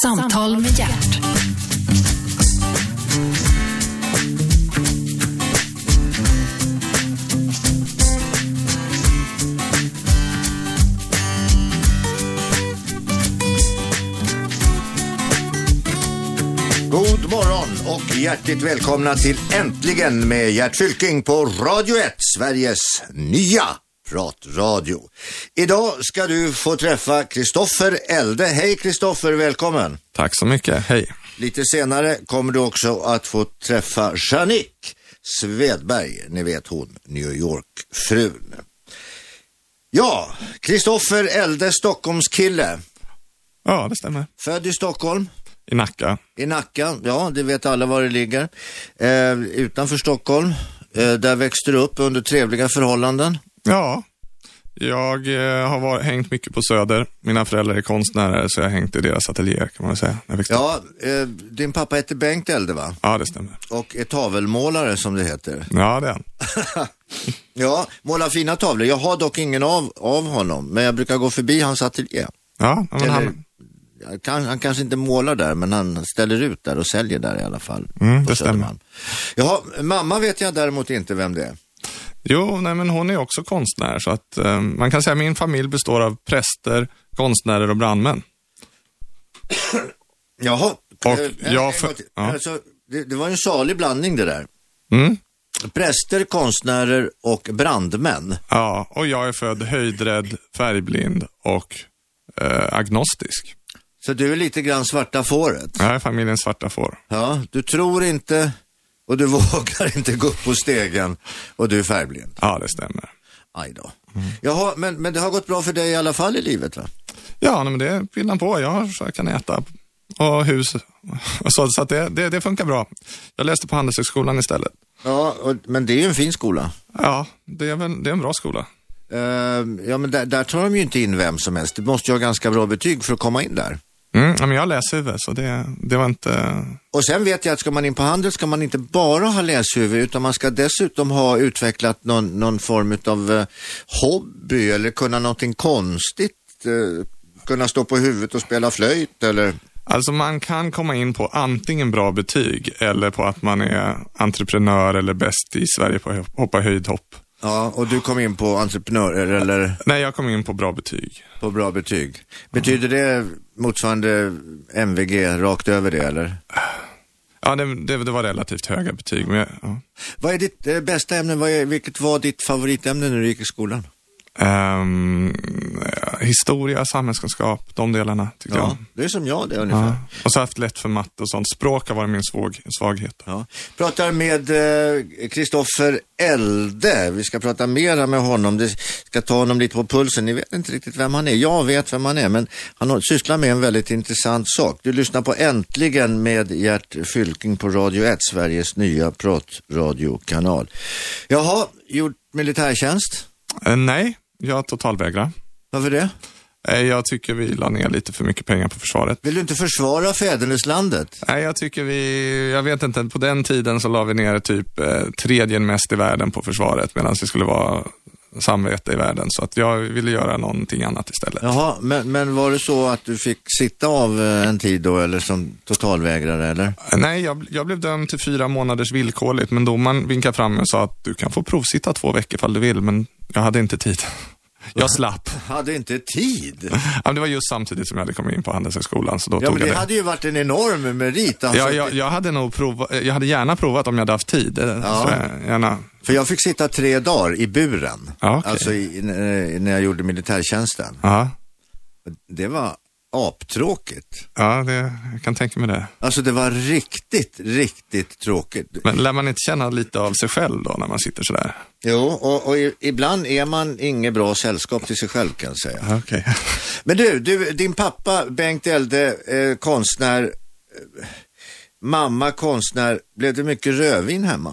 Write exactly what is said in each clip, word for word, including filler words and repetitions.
Samtal med Gert. God morgon och hjärtligt välkomna till Äntligen med Gert Fylking på Radio ett, Sveriges nya pratradio. Idag ska du få träffa Kristoffer Elde. Hej Kristoffer, välkommen. Tack så mycket, hej. Lite senare kommer du också att få träffa Janik Svedberg, ni vet hon, New York-frun. Ja, Kristoffer Elde, Stockholmskille. Ja, det stämmer. Född i Stockholm. I Nacka. I Nacka, ja, det vet alla var det ligger. Eh, utanför Stockholm, eh, där växte du upp under trevliga förhållanden. Ja, jag eh, har varit, hängt mycket på Söder. Mina föräldrar är konstnärer så jag har hängt i deras ateljéer kan man säga. Jag ja, eh, din pappa heter Bengt Elde, va? Ja, det stämmer. Och är tavelmålare som det heter. Ja, det är han. Ja, målar fina tavlor. Jag har dock ingen av, av honom, men jag brukar gå förbi hans ateljé. Ja, men Eller... han... Han, han kanske inte målar där, men han ställer ut där och säljer där i alla fall. Mm, det stämmer. Jaha, mamma vet jag däremot inte vem det är. Jo, nej, men hon är också konstnär. Så att eh, man kan säga att min familj består av präster, konstnärer och brandmän. Jaha. Och äh, jag... Äh, För... Ja. Alltså, det, det var en salig blandning det där. Mm. Präster, konstnärer och brandmän. Ja, och jag är född höjdrädd, färgblind och eh, agnostisk. Så du är lite grann svarta fåret. Jag är familjens svarta får. Ja, du tror inte och du vågar inte gå upp på stegen och du är färgblind. Ja, det stämmer. Aj då. Mm. Jaha, men, men det har gått bra för dig i alla fall i livet, va? Ja, men det är skillnad på. Jag, har, så jag kan äta och hus och så, så att det, det, det funkar bra. Jag läste på Handelshögskolan istället. Ja, och, men det är ju en fin skola. Ja, det är, väl, det är en bra skola. Uh, ja, men där, där tar de ju inte in vem som helst. Du måste ju ha ganska bra betyg för att komma in där. Mm, men jag läser huvud, så det, det var inte... Och sen vet jag att ska man in på handel ska man inte bara ha läshuvud utan man ska dessutom ha utvecklat någon, någon form av uh, hobby eller kunna någonting konstigt. Uh, kunna stå på huvudet och spela flöjt eller... Alltså man kan komma in på antingen bra betyg eller på att man är entreprenör eller bäst i Sverige på att hoppa höjdhopp. Ja, och du kom in på entreprenörer eller? Nej, jag kom in på bra betyg. På bra betyg. Betyder det motsvarande M V G rakt över det eller? Ja, det, det, det var relativt höga betyg. Men, ja. Vad är ditt eh, bästa ämne? Vad är, vilket var ditt favoritämne när du gick i skolan? Um, historia, samhällskunskap, de delarna tyckte ja, jag. Det är som jag det ungefär. Ja. Och så har jag haft lätt för matte och sånt. Språk har varit min svag, svaghet. Ja. Pratar med Kristoffer eh, Elde. Vi ska prata mera med honom. Det ska ta honom lite på pulsen. Ni vet inte riktigt vem han är. Jag vet vem han är, men han har, sysslar med en väldigt intressant sak. Du lyssnar på Äntligen med Gert Fylking på Radio ett, Sveriges nya pratradiokanal. Jaha, gjort militärtjänst? Eh, nej, jag totalvägrar. Varför det? Eh, jag tycker vi la ner lite för mycket pengar på försvaret. Vill du inte försvara fäderneslandet? Nej, jag tycker vi, jag vet inte, på den tiden så la vi ner typ eh, tredje mest i världen på försvaret medan det skulle vara samvete i världen. Så att jag ville göra någonting annat istället. Jaha, men, men var det så att du fick sitta av en tid då eller som totalvägrare eller? Nej, jag, jag blev dömd till fyra månaders villkorligt, men domaren vinkade fram och sa att du kan få provsitta två veckor ifall du vill, men jag hade inte tid. Jag slapp. Hade inte tid? Ja, det var just samtidigt som jag hade kommit in på Handelshögskolan, så då ja, tog men jag det. det hade ju varit en enorm merit. Alltså. Ja, jag, jag hade nog provat, jag hade gärna provat om jag hade haft tid. Ja. Så jag, gärna. För jag fick sitta tre dagar i buren. Ja, okay. Alltså i, när jag gjorde militärtjänsten. Ja. Det var aptråkigt. Ja, det, jag kan tänka mig det. Alltså det var riktigt, riktigt tråkigt. Men lär man inte känna lite av sig själv då när man sitter sådär? Jo, och, och ibland är man inget bra sällskap till sig själv kan jag säga. Okej. Okay. Men du, du, din pappa Bengt Elde, eh, konstnär, eh, mamma konstnär, blev det mycket rödvin hemma?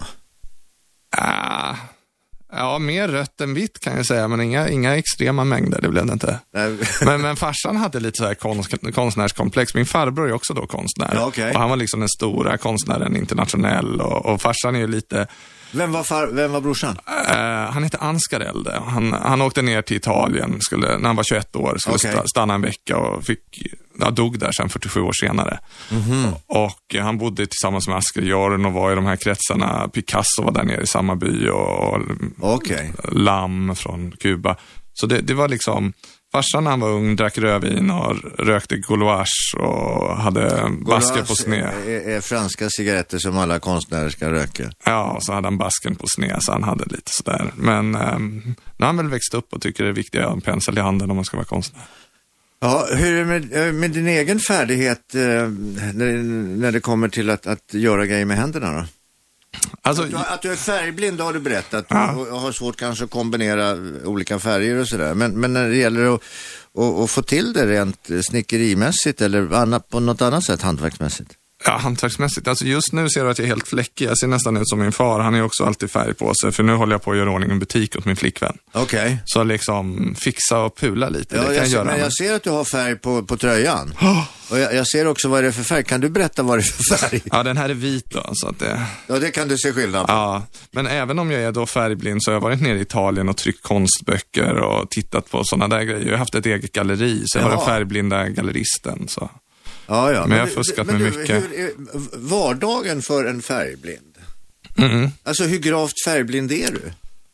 Ah, ja, mer rött än vitt kan jag säga, men inga, inga extrema mängder, det blev det inte. men, men farsan hade lite så här konst, konstnärskomplex. Min farbror är också då konstnär. Ja, okay. Och han var liksom den stora konstnären internationell och, och farsan är ju lite Vem var, far, vem var brorsan? Uh, han heter Ansgar Elde. Han, han åkte ner till Italien skulle, när han var tjugoett år. Skulle okay. stanna en vecka och fick, ja, dog där sen fyrtiosju år senare. Mm-hmm. Och han bodde tillsammans med Asger Jorn och var i de här kretsarna. Picasso var där nere i samma by och okay. Lam från Kuba. Så det, det var liksom... Farsan när han var ung drack rödvin och rökte gouloirs och hade basker på sned. Är, är franska cigaretter som alla konstnärer ska röka. Ja, och så hade han basken på sned så han hade lite sådär. Men um, nu har han väl växt upp och tycker det är viktigt att ha en pensel i handen om man ska vara konstnär. Ja, hur är det med, med din egen färdighet eh, när, när det kommer till att, att göra grejer med händerna då? Alltså, att, du, att du är färgblind har du berättat ja. och har svårt kanske att kombinera olika färger och sådär. Men, men när det gäller att, att, att få till det rent snickerimässigt eller annat, på något annat sätt hantverksmässigt? Ja, hantverksmässigt. Alltså just nu ser du att jag är helt fläckig. Jag ser nästan ut som min far. Han är också alltid färg på sig. För nu håller jag på att göra ordning en butik åt min flickvän. Okej. Okay. Så liksom fixa och pula lite. Ja, det kan jag, jag ser, göra. Men jag ser att du har färg på, på tröjan. Oh. Och jag, jag ser också vad det är för färg. Kan du berätta vad det är för färg? Ja, den här är vit då. Så att det... Ja, det kan du se skillnad på. Ja, men även om jag är då färgblind så har jag varit nere i Italien och tryckt konstböcker och tittat på sådana där grejer. Jag har haft ett eget galleri så jag har den färgblinda galleristen så... Ja, ja. Men, men jag har fuskat men med du, mycket. Hur är vardagen för en färgblind? Mm. Alltså hur gravt färgblind är du?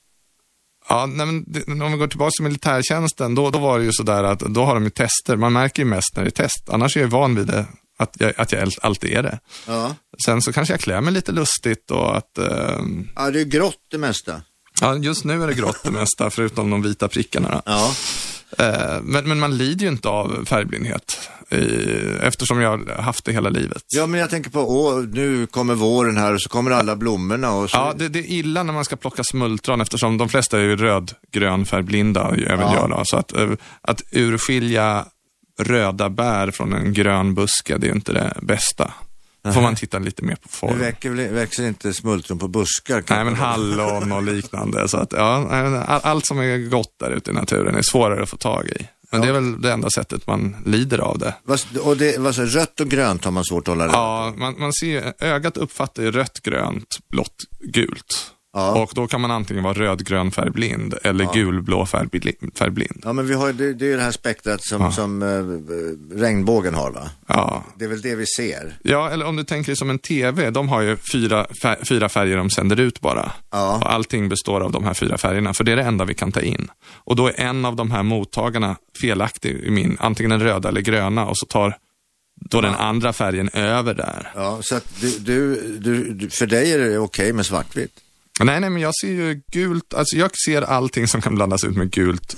Ja, nej, men det, om vi går tillbaka till militärtjänsten, då, då var det ju sådär att då har de ju tester. Man märker ju mest när det är test. Annars är jag van vid det, att jag, att jag alltid är det. Ja. Sen så kanske jag klär mig lite lustigt och att... Eh, ja, det är grått det mesta. Ja, just nu är det grått det mesta, förutom de vita prickarna. Ja. Eh, men, men man lider ju inte av färgblindhet. Eftersom jag har haft det hela livet. Ja, men jag tänker på, åh, nu kommer våren här och så kommer alla blommorna och så. Ja, det, det är illa när man ska plocka smultron eftersom de flesta är ju röd-grön färgblinda, även ja. jag då. Så att, att urskilja röda bär från en grön buske, det är ju inte det bästa. Då får man titta lite mer på form. Det växer, växer inte smultron på buskar? Nej, men hallon och liknande. Så att, ja, allt som är gott där ute i naturen är svårare att få tag i. Men ja. det är väl det enda sättet man lider av det. Och det vad så, rött och grönt har man svårt att hålla det? Ja, man, man ser, ögat uppfattar ju rött, grönt, blått, gult. Ja. Och då kan man antingen vara röd-grön färgblind eller ja. gul-blå färgblind. Ja, men vi har, det, det är ju det här spektrat som, ja. som äh, regnbågen har, va? Ja. Det är väl det vi ser. Ja, eller om du tänker dig som en tv, de har ju fyra, fär, fyra färger de sänder ut bara. Ja. Och allting består av de här fyra färgerna, för det är det enda vi kan ta in. Och då är en av de här mottagarna felaktig i min, antingen den röda eller gröna, och så tar då ja. den andra färgen över där. Ja, så att du, du, du, för dig är det okej okay med svartvitt? Nej, nej, men jag ser ju gult, alltså jag ser allting som kan blandas ut med gult,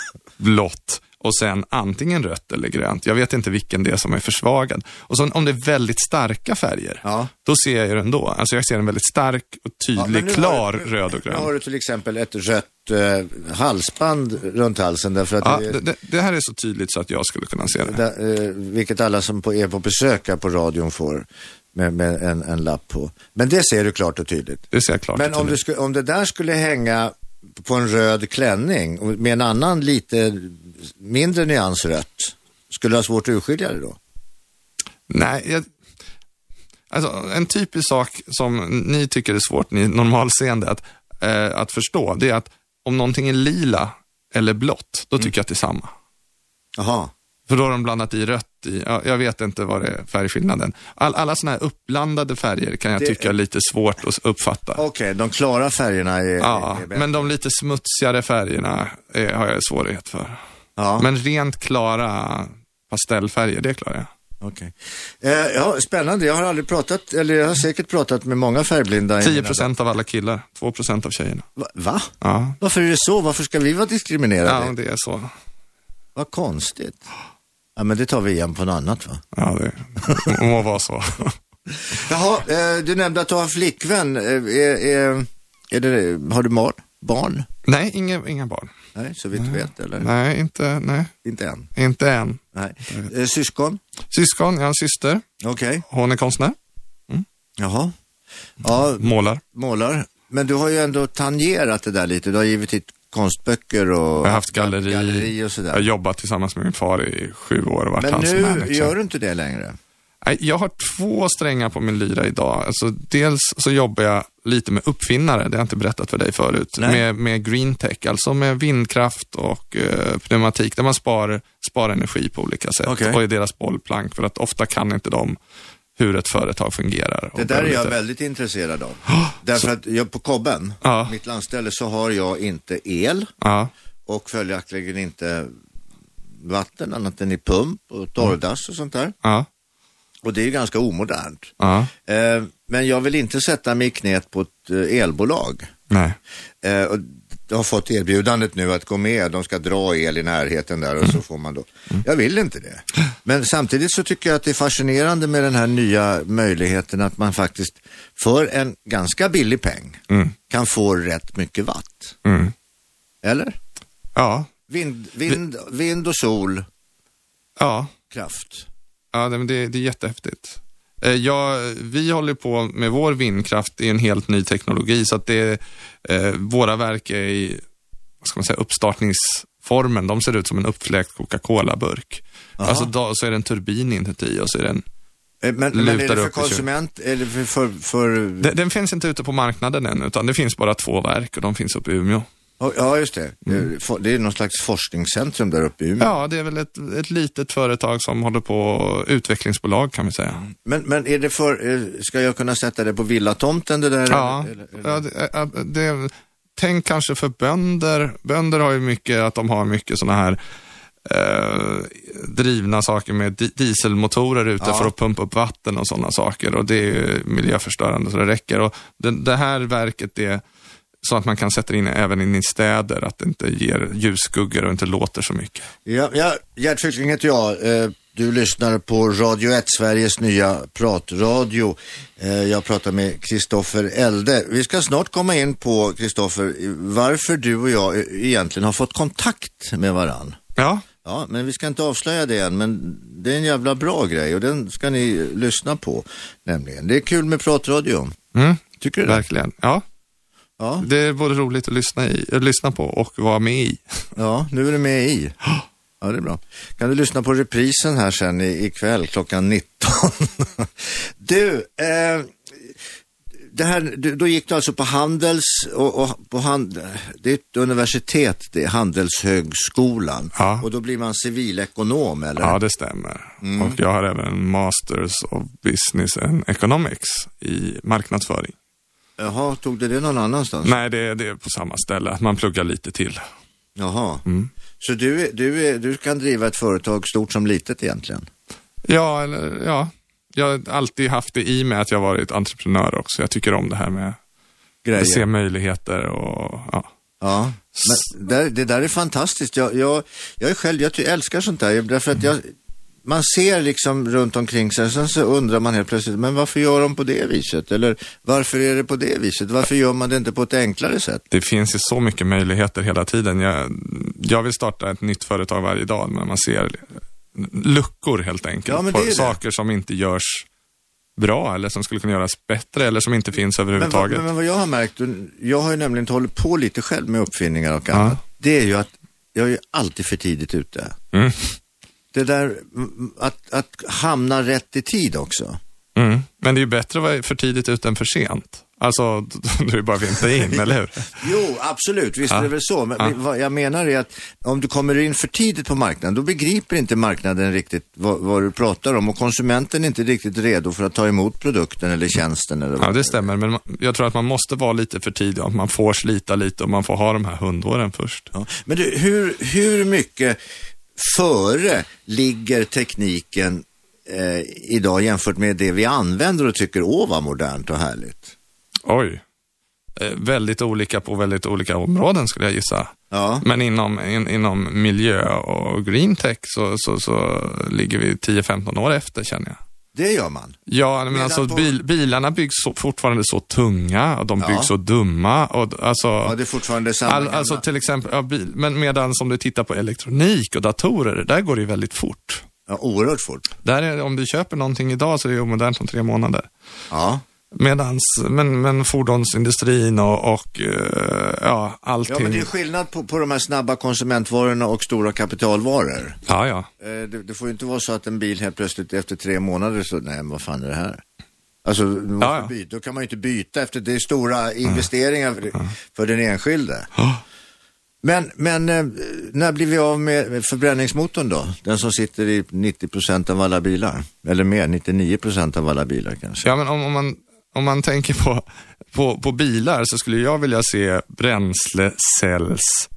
blått och sen antingen rött eller grönt. Jag vet inte vilken det är som är försvagad. Och så om det är väldigt starka färger, ja. då ser jag ju den då. Alltså jag ser en väldigt stark och tydlig, ja, klar du, röd och grön. Nu har du till exempel ett rött eh, halsband runt halsen. Därför att ja, det, det, det här är så tydligt så att jag skulle kunna se det. det eh, vilket alla som på, är på besök på radion får. Med, med en, en lapp på. Men det ser du klart och tydligt. Det ser jag klart Men och om, du sku, om det där skulle hänga på en röd klänning med en annan lite mindre nyansrött, skulle du ha svårt att urskilja det då? Nej, jag, alltså en typisk sak som ni tycker är svårt, ni normalseende att, eh, att förstå, det är att om någonting är lila eller blått, då tycker mm. jag att det är samma. Jaha. För då har de blandat i rött i. Ja, jag vet inte vad det är färgskillnaden. All, alla såna här uppblandade färger kan jag det tycka är lite svårt att uppfatta. Okej, okay, de klara färgerna är, ja, är bättre. Men de lite smutsigare färgerna är, har jag svårighet för. Ja. Men rent klara pastellfärger, det klarar jag. Okej. Okay. Eh, ja, spännande. Jag har aldrig pratat, eller jag har säkert pratat med många färgblinda. tio procent av alla killar, två procent av tjejerna. Va? Va? Ja. Varför är det så? Varför ska vi vara diskriminerade? Ja, det är så. Vad konstigt. Ja, men det tar vi igen på något annat, va? Ja, det må vara så. Jaha, eh, du nämnde att du har flickvän. Eh, är, är det, har du mar, barn? Nej, inga, inga barn. Nej, så vitt du vet, eller? Nej, inte, nej. Inte än? Inte än. Nej. Eh, syskon? Syskon, jag har en syster. Okej. Okay. Hon är konstnär. Mm. Jaha. Ja, målar. Målar. Men du har ju ändå tangerat det där lite. Du har givit hit konstböcker och... Jag har haft galleri, galleri och sådär. Jag har jobbat tillsammans med min far i sju år och varit Men hans nu manager. Gör du inte det längre? Jag har två strängar på min lyra idag. Alltså, dels så jobbar jag lite med uppfinnare, det har jag inte berättat för dig förut. Med, med green tech, alltså med vindkraft och eh, pneumatik, där man spar, spar energi på olika sätt. Okay. Och i deras bollplank, för att ofta kan inte de hur ett företag fungerar. Det där är jag lite... väldigt intresserad av. Oh, Därför så... att jag på Kobben, ja. mitt landställe, så har jag inte el ja. och följaktligen inte vatten annat än i pump och torrdass och sånt där. Ja. Och det är ju ganska omodernt. Ja. Eh, men jag vill inte sätta mig i knät på ett eh, elbolag. Nej. Eh, och jag har fått erbjudandet nu att gå med. De ska dra el i närheten där och mm. så får man då. Mm. Jag vill inte det. Men samtidigt så tycker jag att det är fascinerande med den här nya möjligheten att man faktiskt för en ganska billig peng mm. kan få rätt mycket watt. Mm. Eller? Ja. Vind, vind, vind och sol. Ja. Kraft. Ja, men det, det är jättehäftigt. Ja, vi håller på med vår vindkraft i en helt ny teknologi, så att det, eh, våra verk är i, vad ska man säga, uppstartningsformen. De ser ut som en uppfläkt Coca-Cola-burk. Aha. Alltså då, så är det en turbin inuti och så är den men, men är det för konsument eller för... för, för... Den, den finns inte ute på marknaden än, utan det finns bara två verk och de finns uppe i Umeå. Ja, just det. Mm. Det är någon slags forskningscentrum där uppe i Umeå. Ja, det är väl ett, ett litet företag som håller på utvecklingsbolag, kan vi säga. Men, men är det för, ska jag kunna sätta det på villatomten det där? Ja, eller, eller? ja det, det, tänk kanske för bönder. Bönder har ju mycket, att de har mycket såna här eh, drivna saker med di- dieselmotorer ute ja. för att pumpa upp vatten och sådana saker. Och det är ju miljöförstörande så det räcker. Och det, det här verket är så att man kan sätta in även in i städer, att det inte ger ljusskuggor och inte låter så mycket. Ja, ja, Gert Fylking heter jag. Du lyssnar på Radio ett, Sveriges nya pratradio. Jag pratar med Kristoffer Elde. Vi ska snart komma in på, Kristoffer, varför du och jag egentligen har fått kontakt med varann. Ja. Ja, men vi ska inte avslöja det än, men det är en jävla bra grej och den ska ni lyssna på nämligen. Det är kul med pratradio. Mm, tycker du det? Verkligen, ja. Ja. Det är både roligt att lyssna, i, att lyssna på och vara med i. Ja, nu är du med i. Ja, det är bra. Kan du lyssna på reprisen här sen i, ikväll klockan nitton? Du, eh, det här, du, då gick du alltså på Handels och, och på hand, det är ett universitet, det är Handelshögskolan. Ja. Och då blir man civilekonom, eller? Ja, det stämmer. Mm. Och jag har även en Masters of Business and Economics i marknadsföring. Jaha, tog du det någon annanstans? Nej, det, det är på samma ställe. Att man pluggar lite till. Jaha. Mm. Så du, du, du kan driva ett företag stort som litet egentligen? Ja, eller, ja. Jag har alltid haft det i mig att jag varit entreprenör också. Jag tycker om det här med grejer. Att se möjligheter och ja. Ja, men det, det där är fantastiskt. Jag, jag, jag är själv, jag älskar sånt där. Därför att jag... Man ser liksom runt omkring sig, sen så undrar man helt plötsligt, men varför gör de på det viset? Eller varför är det på det viset? Varför gör man det inte på ett enklare sätt? Det finns ju så mycket möjligheter hela tiden. Jag, jag vill starta ett nytt företag varje dag, men man ser luckor helt enkelt. Ja, på saker som inte görs bra eller som skulle kunna göras bättre eller som inte finns överhuvudtaget. Men, men, men vad jag har märkt, jag har ju nämligen hållit på lite själv med uppfinningar och annat. Ja. Det är ju att jag är ju alltid för tidigt ute. Mm. Det där att, att hamna rätt i tid också. Mm. Men det är ju bättre att vara för tidigt ut än för sent. Alltså, du är bara vinta in, eller hur? Jo, absolut. Visst ja. är det väl så. Men ja. vad jag menar är att om du kommer in för tidigt på marknaden, då begriper inte marknaden riktigt vad, vad du pratar om. Och konsumenten är inte riktigt redo för att ta emot produkten eller tjänsten. Eller vad. Ja, det stämmer. Men jag tror att man måste vara lite för tidig. Man får slita lite och man får ha de här hundåren först. Ja. Men du, hur, hur mycket före ligger tekniken eh, idag jämfört med det vi använder och tycker åh vad modernt och härligt? Oj, eh, väldigt olika på väldigt olika områden skulle jag gissa. Ja. Men inom, in, inom miljö och green tech så, så, så ligger vi tio femton år efter, känner jag. Det gör man. Ja, men alltså på... bil, bilarna byggs så, fortfarande så tunga och de ja. byggs så dumma. Och, alltså, ja, det är fortfarande samma. All, alltså till exempel, ja, bil, men medan som du tittar på elektronik och datorer, där går det ju väldigt fort. Ja, oerhört fort. Där är, om du köper någonting idag så är det omodernt om tre månader. Ja. Medans, men, men fordonsindustrin och, och ja, allting. Ja, men det är skillnad på, på de här snabba konsumentvarorna och stora kapitalvaror. Ja, ja. Det, det får ju inte vara så att en bil helt plötsligt efter tre månader så, nej, vad fan är det här? Alltså, ja, ja. Byta, då kan man ju inte byta efter det är stora investeringar för, ja. för den enskilde. Ja. Men, men när blir vi av med förbränningsmotorn då? Den som sitter i nittio procent av alla bilar. Eller mer, nittionio procent av alla bilar kanske. Ja, men om, om, man, om man tänker på, på, på bilar så skulle jag vilja se bränslecells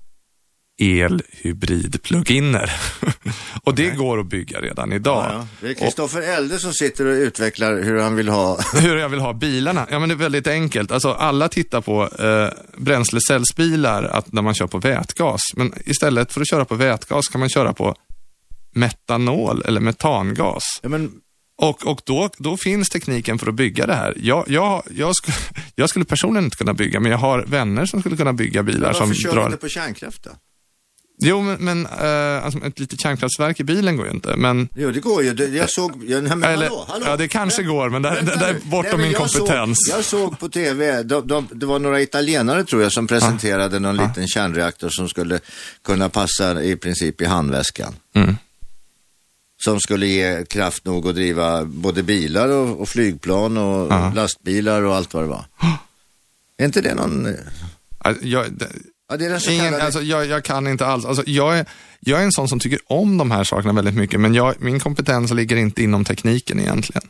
elhybrid-pluginer. Och okay. Det går att bygga redan idag. Ja, ja. Det är Kristoffer Elde som sitter och utvecklar hur han vill ha... hur jag vill ha bilarna. Ja, men det är väldigt enkelt. Alltså, alla tittar på eh, bränslecellsbilar att när man kör på vätgas. Men istället för att köra på vätgas kan man köra på metanol eller metangas. Ja, men... Och, och då, då finns tekniken för att bygga det här. Jag, jag, jag, skulle, jag skulle personligen inte kunna bygga, men jag har vänner som skulle kunna bygga bilar som varför kör drar... du inte på kärnkraft då? Jo, men, men äh, alltså, ett litet kärnkraftverk i bilen går ju inte. Men... Jo, det går ju. Det, jag såg... Ja, men Eller, hallå, hallå. Ja, det kanske men, går, men det, det, det är bortom nej, min jag kompetens. Såg, jag såg på tv, de, de, det var några italienare tror jag som presenterade ah. någon ah. liten kärnreaktor som skulle kunna passa i princip i handväskan. Mm. Som skulle ge kraft nog att driva både bilar och, och flygplan och ah. lastbilar och allt vad det var. Ah. Är inte det någon... Alltså, jag... Det... Ja, det är den så Ingen, kallade... alltså, jag, jag kan inte alls. Alltså, jag, är, jag är en sån som tycker om de här sakerna väldigt mycket, men jag, min kompetens ligger inte inom tekniken egentligen.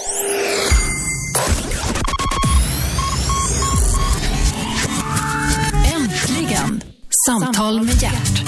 Äntligen! Samtal med Gert.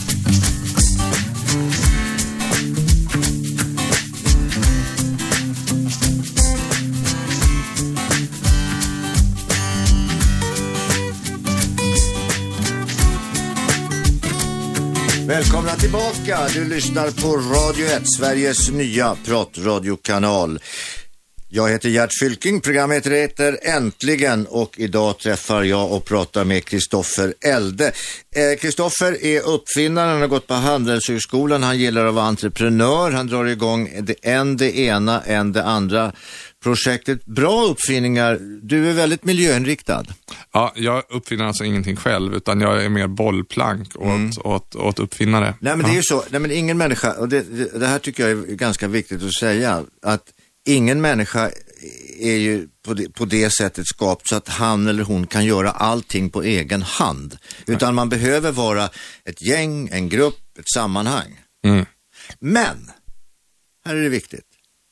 Välkomna tillbaka. Du lyssnar på Radio ett, Sveriges nya pratradiokanal. Jag heter Gert Fylking, programmet heter Äntligen och idag träffar jag och pratar med Kristoffer Elde. Kristoffer eh, är uppfinnare, han har gått på Handelshögskolan, han gillar att vara entreprenör, han drar igång det, en det ena, en det andra projektet. Bra uppfinningar, du är väldigt miljöinriktad. Ja, jag uppfinner alltså ingenting själv utan jag är mer bollplank åt, mm. åt, åt uppfinnare. Nej men ja. det är ju så, nej men ingen människa, och det, det, det här tycker jag är ganska viktigt att säga, att ingen människa är ju på det, på det sättet skapt så att han eller hon kan göra allting på egen hand. Utan man behöver vara ett gäng, en grupp, ett sammanhang. Mm. Men, här är det viktigt.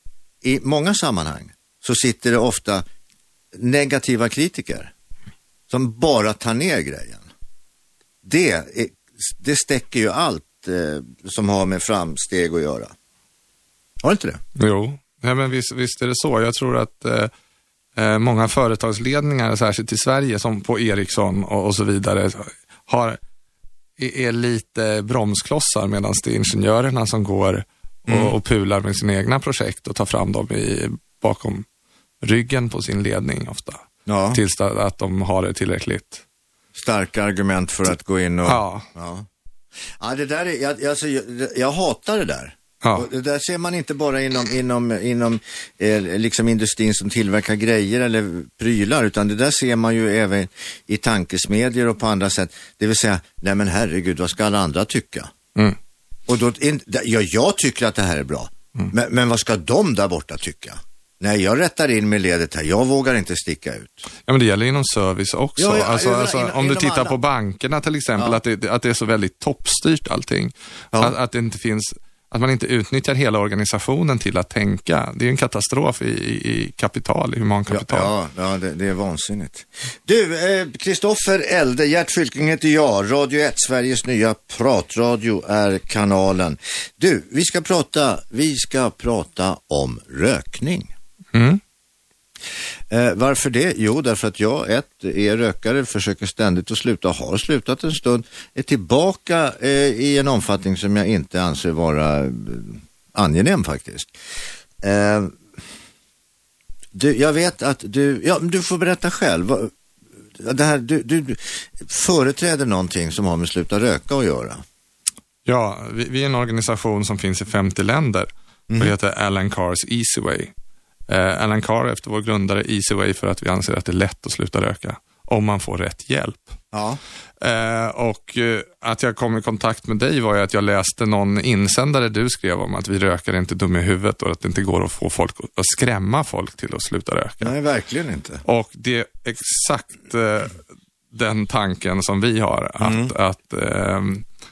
I många sammanhang så sitter det ofta negativa kritiker som bara tar ner grejen. Det, är, det stäcker ju allt eh, som har med framsteg att göra. Har inte det? Jo. Nej, men visst, visst är det så. Jag tror att eh, många företagsledningar, särskilt i Sverige som på Ericsson och, och så vidare, har, är lite bromsklossar medan det är ingenjörerna som går och, mm. och pular med sina egna projekt och tar fram dem i, bakom ryggen på sin ledning ofta. Ja. Tills att de har det tillräckligt. Starka argument för att gå in och... Ja. Ja, ja det där är... Jag, alltså, jag, jag hatar det där. Ja. Och det där ser man inte bara inom, inom, inom eh, liksom industrin som tillverkar grejer eller prylar, utan det där ser man ju även i tankesmedjor och på andra sätt. Det vill säga, nej men herregud, vad ska alla andra tycka? Mm. Och då, in, ja, jag tycker att det här är bra, mm. men, men vad ska de där borta tycka? Nej, jag rättar in med ledet här. Jag vågar inte sticka ut. Ja, men det gäller inom service också. Ja, ja, alltså, inom, alltså, inom, om du tittar alla. på bankerna till exempel, Ja. att, det, att det är så väldigt toppstyrt allting. Ja. Att, att det inte finns... Att man inte utnyttjar hela organisationen till att tänka. Det är en katastrof i, i, i kapital, i humankapital. Ja, ja, ja det, det är vansinnigt. Du, Kristoffer eh, Elde, Gert Fylking heter jag. Radio ett, Sveriges nya pratradio är kanalen. Du, vi ska prata, vi ska prata om rökning. Mm. Eh, varför det? Jo, därför att jag ett, är rökare, försöker ständigt att sluta, har slutat en stund, är tillbaka eh, i en omfattning som jag inte anser vara eh, angenäm faktiskt. Eh, du, jag vet att du, ja, du får berätta själv. Det här, du, du företräder någonting som har med sluta röka att göra. Ja, vi, vi är en organisation som finns i femtio länder. Mm. Och heter Alan Carr's Easy Way. eh, Alan Carr efter vår grundare Easy Way för att vi anser att det är lätt att sluta röka om man får rätt hjälp. Ja. Eh, och eh, att jag kom i kontakt med dig var ju att jag läste någon insändare du skrev om att vi rökare inte är dumma i huvudet och att det inte går att få folk att skrämma folk till att sluta röka. Nej, verkligen inte. Och det är exakt eh, den tanken som vi har att, mm. att, eh,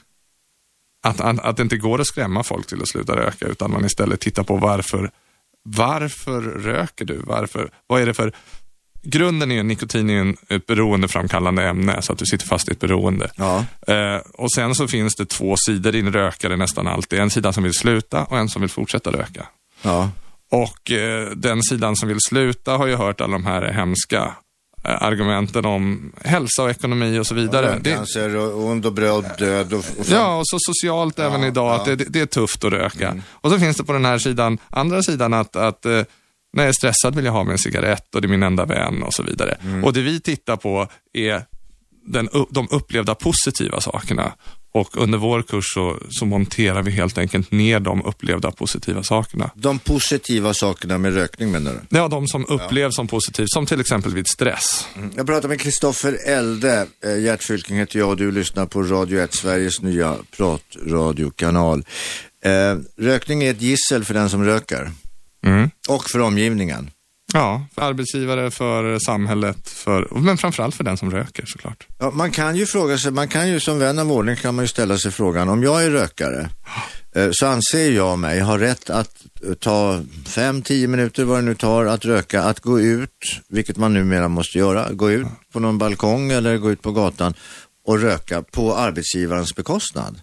att, att, att det inte går att skrämma folk till att sluta röka utan man istället tittar på varför varför röker du? Varför? Vad är det för grunden är ju, nikotin är ju ett beroendeframkallande ämne så att du sitter fast i ett beroende. Ja. Eh, och sen så finns det två sidor i en rökare nästan alltid. En sida som vill sluta och en som vill fortsätta röka. Ja. Och eh, den sidan som vill sluta har ju hört alla de här hemska eh, argumenten om hälsa och ekonomi och så vidare. Ja, cancer och ond och bröd, död och, och ja, och så socialt ja, även idag ja. att det, det är tufft att röka. Mm. Och så finns det på den här sidan, andra sidan att, att eh, när jag är stressad vill jag ha mig en cigarett och det är min enda vän och så vidare. Mm. Och det vi tittar på är den, de upplevda positiva sakerna. Och under vår kurs så, så monterar vi helt enkelt ner de upplevda positiva sakerna. De positiva sakerna med rökning menar du? Ja, de som upplevs ja. som positivt, som till exempel vid stress. Mm. Jag pratar med Kristoffer Elde. Gert Fylking heter jag och du lyssnar på Radio ett, Sveriges nya pratradiokanal. Eh, rökning är ett gissel för den som röker. Mm. Och för omgivningen. Ja, för arbetsgivare, för samhället, för, men framförallt för den som röker såklart. Ja, man kan ju fråga sig, man kan ju som vän av ordning kan man ju ställa sig frågan, om jag är rökare eh, så anser jag mig ha rätt att ta fem, tio minuter vad det nu tar att röka, att gå ut, vilket man numera måste göra, gå ut på någon balkong eller gå ut på gatan och röka på arbetsgivarens bekostnad.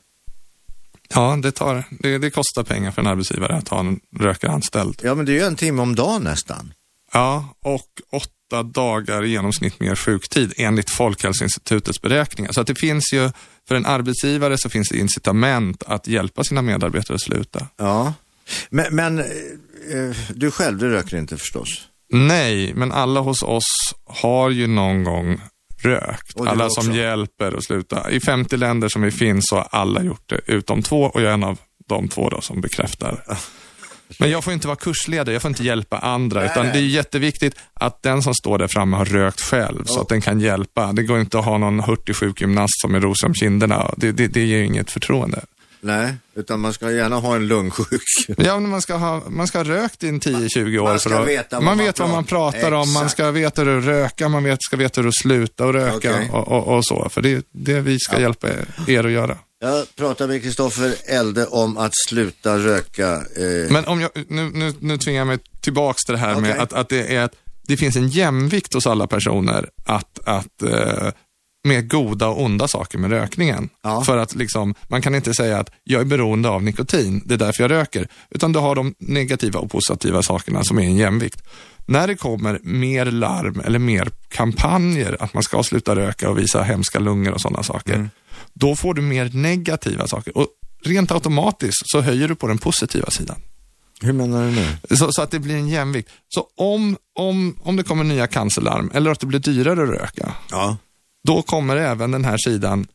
Ja, det, tar, det, det kostar pengar för en arbetsgivare att ha en rökare anställd. Ja, men det är ju en timme om dagen nästan. Ja, och åtta dagar i genomsnitt mer sjuktid enligt Folkhälsoinstitutets beräkningar. Så att det finns ju, för en arbetsgivare så finns det incitament att hjälpa sina medarbetare att sluta. Ja, men, men eh, du själv, du röker inte förstås? Nej, men alla hos oss har ju någon gång rökt. Alla som hjälper att sluta. I femtio länder som vi finns så har alla gjort det, utom två, och jag är en av de två då som bekräftar. Men jag får inte vara kursledare, jag får inte hjälpa andra, nej, utan det är jätteviktigt att den som står där framme har rökt själv, oh. så att den kan hjälpa. Det går inte att ha någon hurtig sjukgymnast som är rosig om kinderna. Det, det, det ger inget förtroende. Nej, utan man ska gärna ha en lungsjuk. Ja, men man ska ha, man ska ha rökt i en tio tjugo år. Man, ska för att, veta man, man vet vad man pratar Exakt. om, man ska veta hur att röka, man vet, ska veta hur att sluta och röka okay. och, och, och så. För det är det vi ska ja. hjälpa er att göra. Jag pratar med Kristoffer Elde om att sluta röka. Eh. Men om jag, nu, nu, nu tvingar jag mig tillbaks till det här okay. med att, att det är att det finns en jämvikt hos alla personer att, att eh, med goda och onda saker med rökningen. Ja. För att liksom, man kan inte säga att jag är beroende av nikotin, det är därför jag röker. Utan du har de negativa och positiva sakerna som är en jämvikt. När det kommer mer larm eller mer kampanjer att man ska sluta röka och visa hemska lungor och sådana saker, mm. då får du mer negativa saker. Och rent automatiskt så höjer du på den positiva sidan. Hur menar du nu? Så, så att det blir en jämvikt. Så om, om, om det kommer nya cancerlarm eller att det blir dyrare att röka, ja. då kommer även den här sidan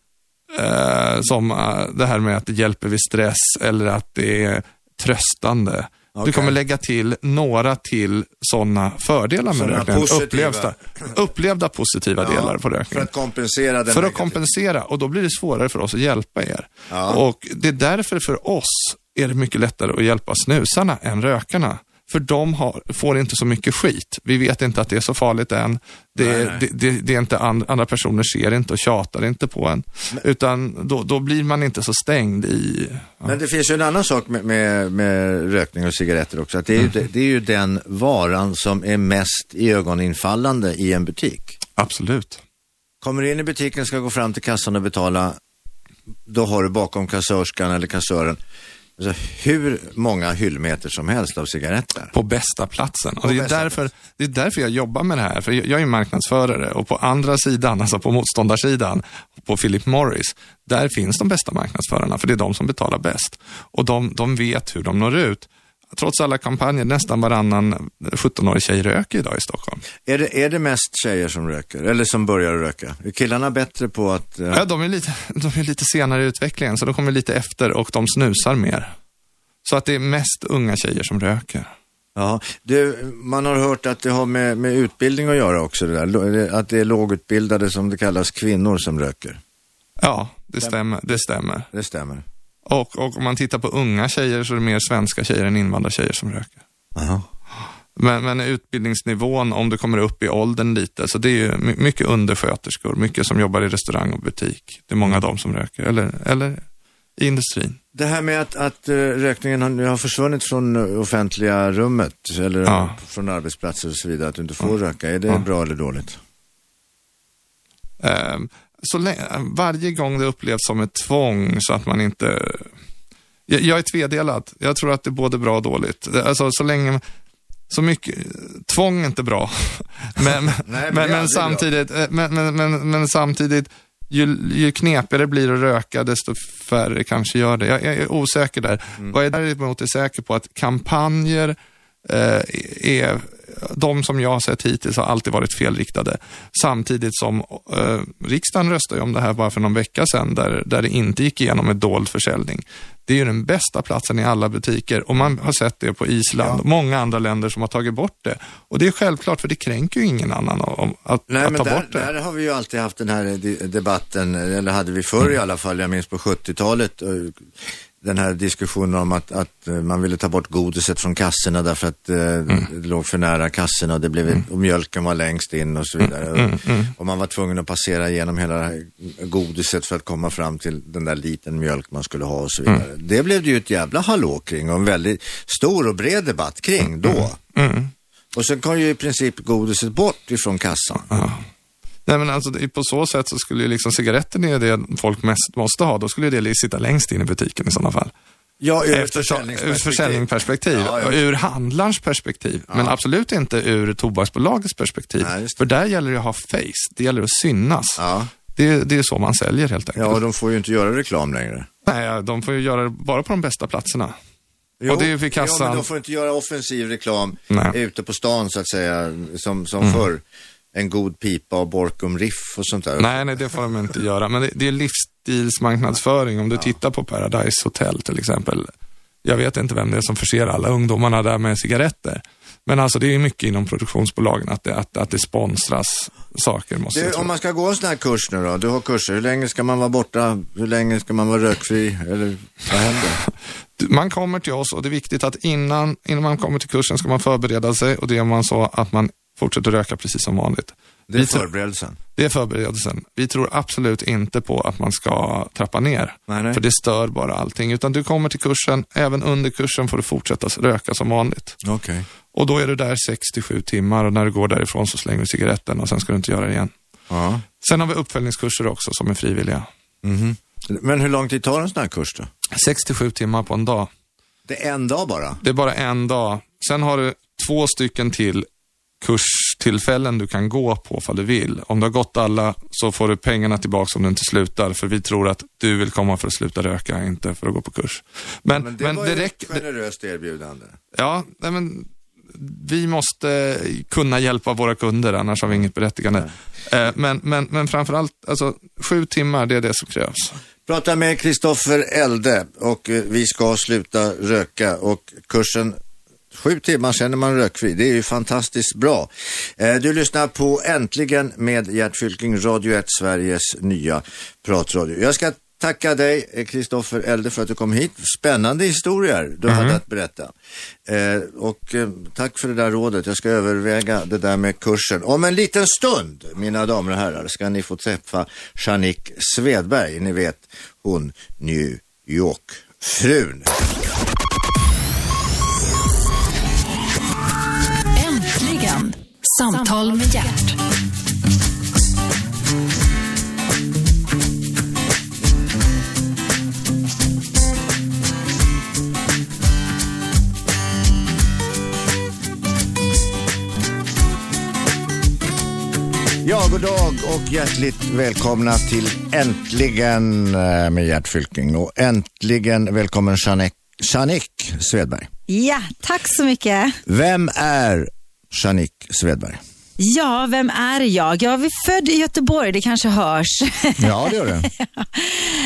eh, som eh, det här med att det hjälper vid stress eller att det är tröstande. Okay. Du kommer lägga till några till sådana fördelar med rökningen. Upplevda, upplevda positiva ja, delar på rökningen. För att kompensera den För att kompensera, och då blir det svårare för oss att hjälpa er. Ja. Och det är därför för oss är det mycket lättare att hjälpa snusarna än rökarna. För de har, får inte så mycket skit. Vi vet inte att det är så farligt än. Det, nej, nej. det, det, det är inte and, andra personer ser inte och tjatar inte på en. Men, utan då, då blir man inte så stängd i... Ja. Men det finns ju en annan sak med, med, med rökning och cigaretter också. Att det, är mm. ju, det är ju den varan som är mest ögoninfallande i en butik. Absolut. Kommer du in i butiken, ska gå fram till kassan och betala, då har du bakom kassörskan eller kassören alltså hur många hyllmeter som helst av cigaretter. På bästa platsen. Och det, är därför, det är därför jag jobbar med det här. För jag, jag är marknadsförare, och på andra sidan, alltså på motståndarsidan, på Philip Morris, där finns de bästa marknadsförarna, för det är de som betalar bäst. Och de, de vet hur de når ut. Trots alla kampanjer, nästan varannan sjuttonårig tjej röker idag i Stockholm. Är det, är det mest tjejer som röker? Eller som börjar röka? Är killarna bättre på att... Uh... Ja, de är, lite, de är lite senare i utvecklingen, så de kommer lite efter och de snusar mer. Så att det är mest unga tjejer som röker. Ja, det, man har hört att det har med, med utbildning att göra också det där. Att det är lågutbildade, som det kallas, kvinnor som röker. Ja, det stämmer. Det stämmer. Det stämmer. Och, och om man tittar på unga tjejer så är det mer svenska tjejer än invandrartjejer som röker. Aha. Men, men utbildningsnivån, om det kommer upp i åldern lite, så det är ju mycket undersköterskor, mycket som jobbar i restaurang och butik. Det är många av dem som röker, eller, eller i industrin. Det här med att, att rökningen har, har försvunnit från offentliga rummet eller ja. från arbetsplatser och så vidare, att du inte får ja. röka, är det ja. bra eller dåligt? Um, så länge, varje gång det upplevs som ett tvång så att man inte... Jag, jag är tvedelad. Jag tror att det är både bra och dåligt. Alltså så länge... Så mycket... Tvång är inte bra. men, Nej, men, men, men, samtidigt, men, men, men, men samtidigt... Ju, ju knepigare blir det att röka, desto färre kanske gör det. Jag, jag är osäker där. Mm. Vad jag däremot är säker på att kampanjer eh, är... De som jag har sett hittills har alltid varit felriktade. Samtidigt som eh, riksdagen röstade ju om det här bara för någon vecka sedan där, där det inte gick igenom ett dold försäljning. Det är ju den bästa platsen i alla butiker och man har sett det på Island och många andra länder som har tagit bort det. Och det är självklart, för det kränker ju ingen annan om att, Nej, att men ta där, bort det. Där har vi ju alltid haft den här debatten, eller hade vi förr mm. i alla fall, jag minns på sjuttiotalet, den här diskussionen om att, att man ville ta bort godiset från kassorna därför att eh, mm. det låg för nära kassorna och, det blev, mm. och mjölken var längst in och så vidare. Mm. Mm. Mm. Och man var tvungen att passera igenom hela det här godiset för att komma fram till den där liten mjölk man skulle ha och så vidare. Mm. Det blev det ju ett jävla hallå kring och en väldigt stor och bred debatt kring då. Mm. Och sen kom ju i princip godiset bort ifrån kassan. Mm. Nej, men alltså på så sätt så skulle ju liksom cigaretten är det folk mest måste ha. Då skulle det sitta längst in i butiken i sådana fall. Ja, ur Efter försäljningsperspektiv. försäljningsperspektiv. Ja, ja. Ur handlarns perspektiv. Ja. Men absolut inte ur tobaksbolagets perspektiv. Nej, för där gäller det att ha face. Det gäller att synas. Ja. Det, det är så man säljer helt enkelt. Ja, och de får ju inte göra reklam längre. Nej, de får ju göra det bara på de bästa platserna. Jo, och det är för kassan. Jo, men de får inte göra offensiv reklam Nej. ute på stan så att säga, som, som mm. förr. En god pipa och Borkum Riff och sånt där. Nej, nej, det får de inte göra. Men det, det är livsstilsmarknadsföring. Om du ja. tittar på Paradise Hotel till exempel. Jag vet inte vem det är som förser alla ungdomarna där med cigaretter. Men alltså det är mycket inom produktionsbolagen att det, att, att det sponsras saker. Måste du, om man ska gå en sån här kurs nu då, du har kurser, hur länge ska man vara borta, hur länge ska man vara rökfri, eller vad händer? Man kommer till oss och det är viktigt att innan, innan man kommer till kursen ska man förbereda sig och det gör man så att man fortsätter röka precis som vanligt. Det är förberedelsen. Det är förberedelsen. Vi tror absolut inte på att man ska trappa ner. Nej, nej. För det stör bara allting. Utan du kommer till kursen, även under kursen får du fortsätta röka som vanligt. Okay. Och då är du där sex till sju timmar och när du går därifrån så slänger du cigaretten och sen ska du inte göra det igen. Ja. Sen har vi uppföljningskurser också som är frivilliga. Mm-hmm. Men hur lång tid tar en sån här kurs då? sex till sju timmar på en dag. Det är en dag bara? Det är bara en dag. Sen har du två stycken till kurstillfällen du kan gå på för du vill. Om du har gått alla så får du pengarna tillbaka om du inte slutar. För vi tror att du vill komma för att sluta röka, inte för att gå på kurs. Men, men det men var det ju räck, ett generöst erbjudande. Ja, nej men vi måste kunna hjälpa våra kunder, annars har vi inget berättigande. Eh, men, men, men framförallt, alltså, sju timmar, det är det som krävs. Prata med Kristoffer Elde och vi ska sluta röka och kursen Sju timmar sedan är man rökfri. Det är ju fantastiskt bra. Du lyssnar på Äntligen med Gert Fylking, Radio ett, Sveriges nya pratradio. Jag ska tacka dig, Kristoffer Elde, för att du kom hit. Spännande historier du mm. hade att berätta. Och tack för det där rådet. Jag ska överväga det där med kursen. Om en liten stund, mina damer och herrar, ska ni få träffa Jeannick Svedberg. Ni vet, hon New York-frun. Samtal med Gert. Ja, god dag och hjärtligt välkomna till Äntligen med Gert Fylking. Och äntligen välkommen Jeannick, Jeannick Svedberg. Ja, tack så mycket. Vem är Jeannick Svedberg? Ja, vem är jag? Jag är född i Göteborg, det kanske hörs. Ja, det gör det.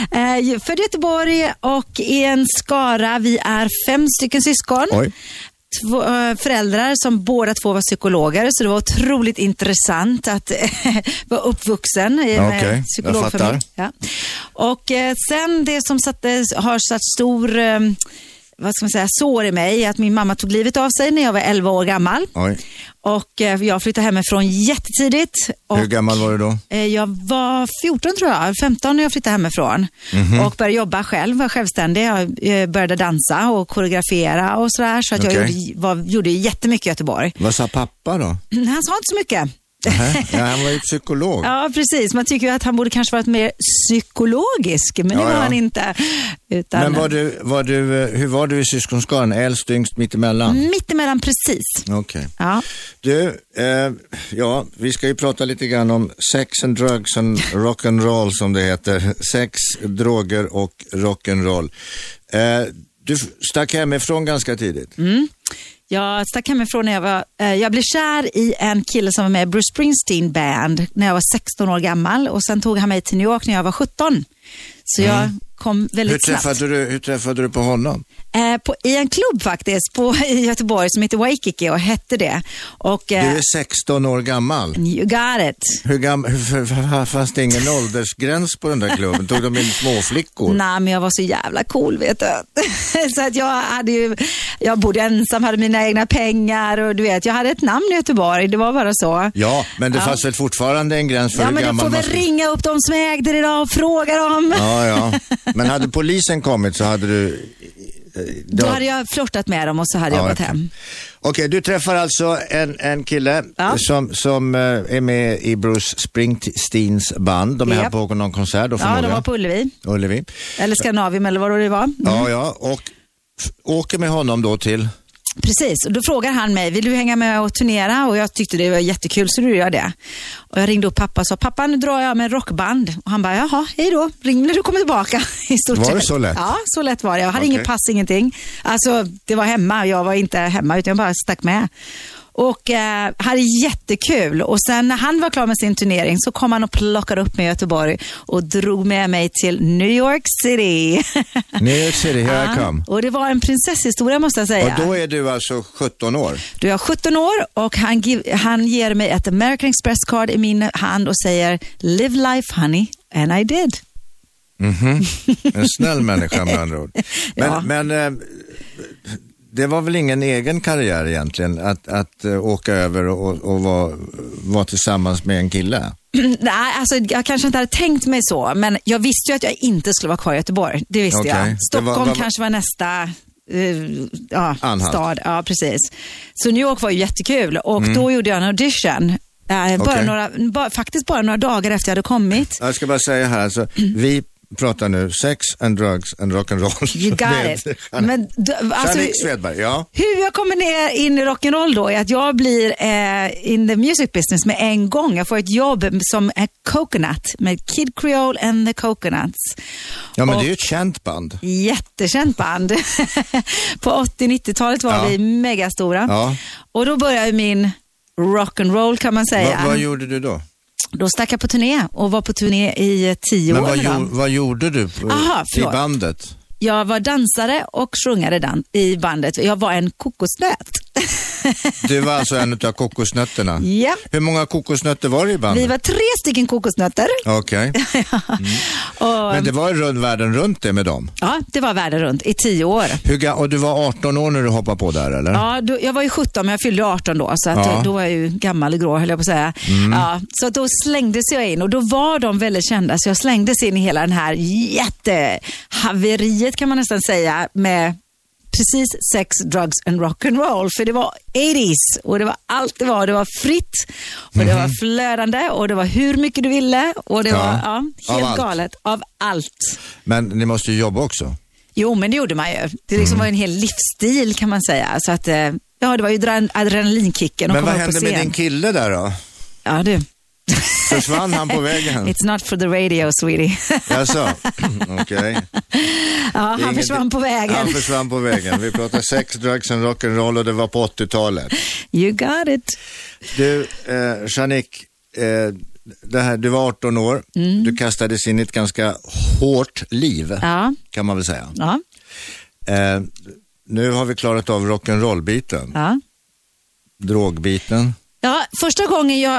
Född i Göteborg och i en skara, vi är fem stycken syskon. Oj. två äh, föräldrar som båda två var psykologer, så det var otroligt intressant att vara uppvuxen i en okay, psykologfamilj. Ja. Och eh, sen det som satte, har satt stor... Eh, vad ska man säga, sår i mig, att min mamma tog livet av sig när jag var elva år gammal. Oj. Och eh, jag flyttade hemifrån jättetidigt. Och, hur gammal var du då? Eh, jag var fjorton tror jag, femton när jag flyttade hemifrån. Mm-hmm. Och började jobba själv, var självständig. Jag eh, började dansa och koreografera och sådär. Så att okay. jag gjorde, var, gjorde jättemycket i Göteborg. Vad sa pappa då? Han sa inte så mycket. Ja, han var ju psykolog. Ja, precis. Man tycker ju att han borde kanske varit mer psykologisk, men det ja, var ja. han inte. Utan... Men var du, var du, hur var du i syskonskaran? Äldst, yngst, mittemellan? Mittemellan, precis. Okej. Okay. Ja. Du, eh, ja, vi ska ju prata lite grann om sex and drugs and rock'n'roll som det heter. Sex, droger och rock'n'roll. Eh, du stack hemifrån ganska tidigt. Mm. Jag stack hemifrån när jag var, eh, jag blev kär i en kille som var med i Bruce Springsteen band när jag var sexton år gammal, och sen tog han mig till New York när jag var sjutton. Så mm. jag kom väldigt hur träffade snabbt. Du, hur träffade du på honom? Eh, på, I en klubb faktiskt på, i Göteborg som heter Waikiki och hette det. Och, eh, du är sexton år gammal. You got it. Hur gammal, hur, hur, fanns det ingen åldersgräns på den där klubben? Tog de in småflickor? Nej, men jag var så jävla cool, vet du. Så att jag hade ju, jag bodde ensam, hade mina egna pengar och du vet, jag hade ett namn i Göteborg, det var bara så. Ja, men det ja. fanns väl fortfarande en gräns för ja, hur gammal man... Ja, men du får väl måste... ringa upp de som ägde det idag och fråga dem. Ja, ja. Men hade polisen kommit så hade du... Då hade jag flörtat med dem och så hade ja, jag gått okay. hem. Okej, okay, du träffar alltså en, en kille ja. som, som uh, är med i Bruce Springsteens band. De är yep. här på någon konsert då. Ja, de var på Ullevi. Ullevi. Eller Skandinavium eller vad det var. Mm. Ja, ja. Och f- åker med honom då till... Precis, och då frågar han mig, vill du hänga med och turnera? Och jag tyckte det var jättekul, så du gör det. Och jag ringde upp pappa och sa, pappa, nu drar jag med rockband. Och han bara, jaha, hej då, ring när du kommer tillbaka. I stort var det sett. så lätt? Ja, så lätt var det. Jag hade okay. ingen pass, ingenting. Alltså, det var hemma, jag var inte hemma utan jag bara stack med. Och eh, hade jättekul. Och sen när han var klar med sin turnering så kom han och plockade upp mig i Göteborg och drog med mig till New York City. New York City, here ja, I come. och det var en prinsesshistoria måste jag säga. Och då är du alltså sjutton år? Då är jag sjutton år och han, give, han ger mig ett American Express card i min hand och säger, live life honey, and I did. Mm-hmm. En snäll människa med andra ord. Men, ja. men äh, det var väl ingen egen karriär egentligen att, att uh, åka över och, och vara var tillsammans med en kille? Nej, alltså jag kanske inte hade tänkt mig så, men jag visste ju att jag inte skulle vara kvar i Göteborg. Det visste okay. jag. Stockholm var, var, kanske var nästa uh, ja, stad. Ja, precis. Så New York var ju jättekul och mm. då gjorde jag en audition. Uh, bara okay. några, bara, faktiskt bara några dagar efter jag hade kommit. Jag ska bara säga här, alltså, vi pratar nu sex and drugs and rock'n'roll. You got it. Men, alltså, Jannik Svedberg, ja. Hur jag kommer ner in i rock'n'roll då är att jag blir eh, in the music business med en gång. Jag får ett jobb som är Coconut med Kid Creole and the Coconuts. Ja, men och, det är ju ett känt band. Jättekänt band. På åttio-nittiotalet var ja. vi megastora. Ja. Och då började min rock'n'roll kan man säga. Va, vad gjorde du då? Då stack jag på turné och var på turné i tio Men år. Men vad, vad gjorde du på, Aha, i bandet? Jag var dansare och sjungare dan- i bandet. Jag var en kokosnöt. Du var alltså en av kokosnötterna? Ja. Hur många kokosnötter var det i bandet? Vi var tre stycken kokosnötter. Okej. Okay. Mm. Men det var rund, världen runt det med dem? Ja, det var världen runt i tio år. Hur, och du var arton år när du hoppade på där, eller? Ja, då, jag var ju sjutton men jag fyllde arton då. Så att, ja. då var jag ju gammal och grå, höll jag på att säga. Mm. Ja, så då slängdes jag in och då var de väldigt kända. Så jag slängdes in i hela den här jättehaveriet kan man nästan säga med precis sex, drugs and rock'n'roll. För det var åttio och det var allt det var. Det var fritt och mm-hmm. det var flödande och det var hur mycket du ville och det ja. var ja, helt av galet av allt. Men ni måste ju jobba också. Jo, men det gjorde man ju. Det liksom mm. var en hel livsstil kan man säga. Så att, ja, det var ju adrenalinkicken. Men vad hände med din kille där då? Ja, du. Försvann han på vägen? It's not for the radio, sweetie. Jaså, okej. Okay. Ja, han Inget... försvann på vägen. Han försvann på vägen. Vi pratar sex, drugs and rock'n'roll och det var på åttiotalet. You got it. Du, eh, Jannik, eh, det här, du var arton år. Mm. Du kastades in i ett ganska hårt liv, ja. kan man väl säga. Ja. Eh, nu har vi klarat av rock'n'roll-biten. Ja. Drogbiten. Ja, första gången jag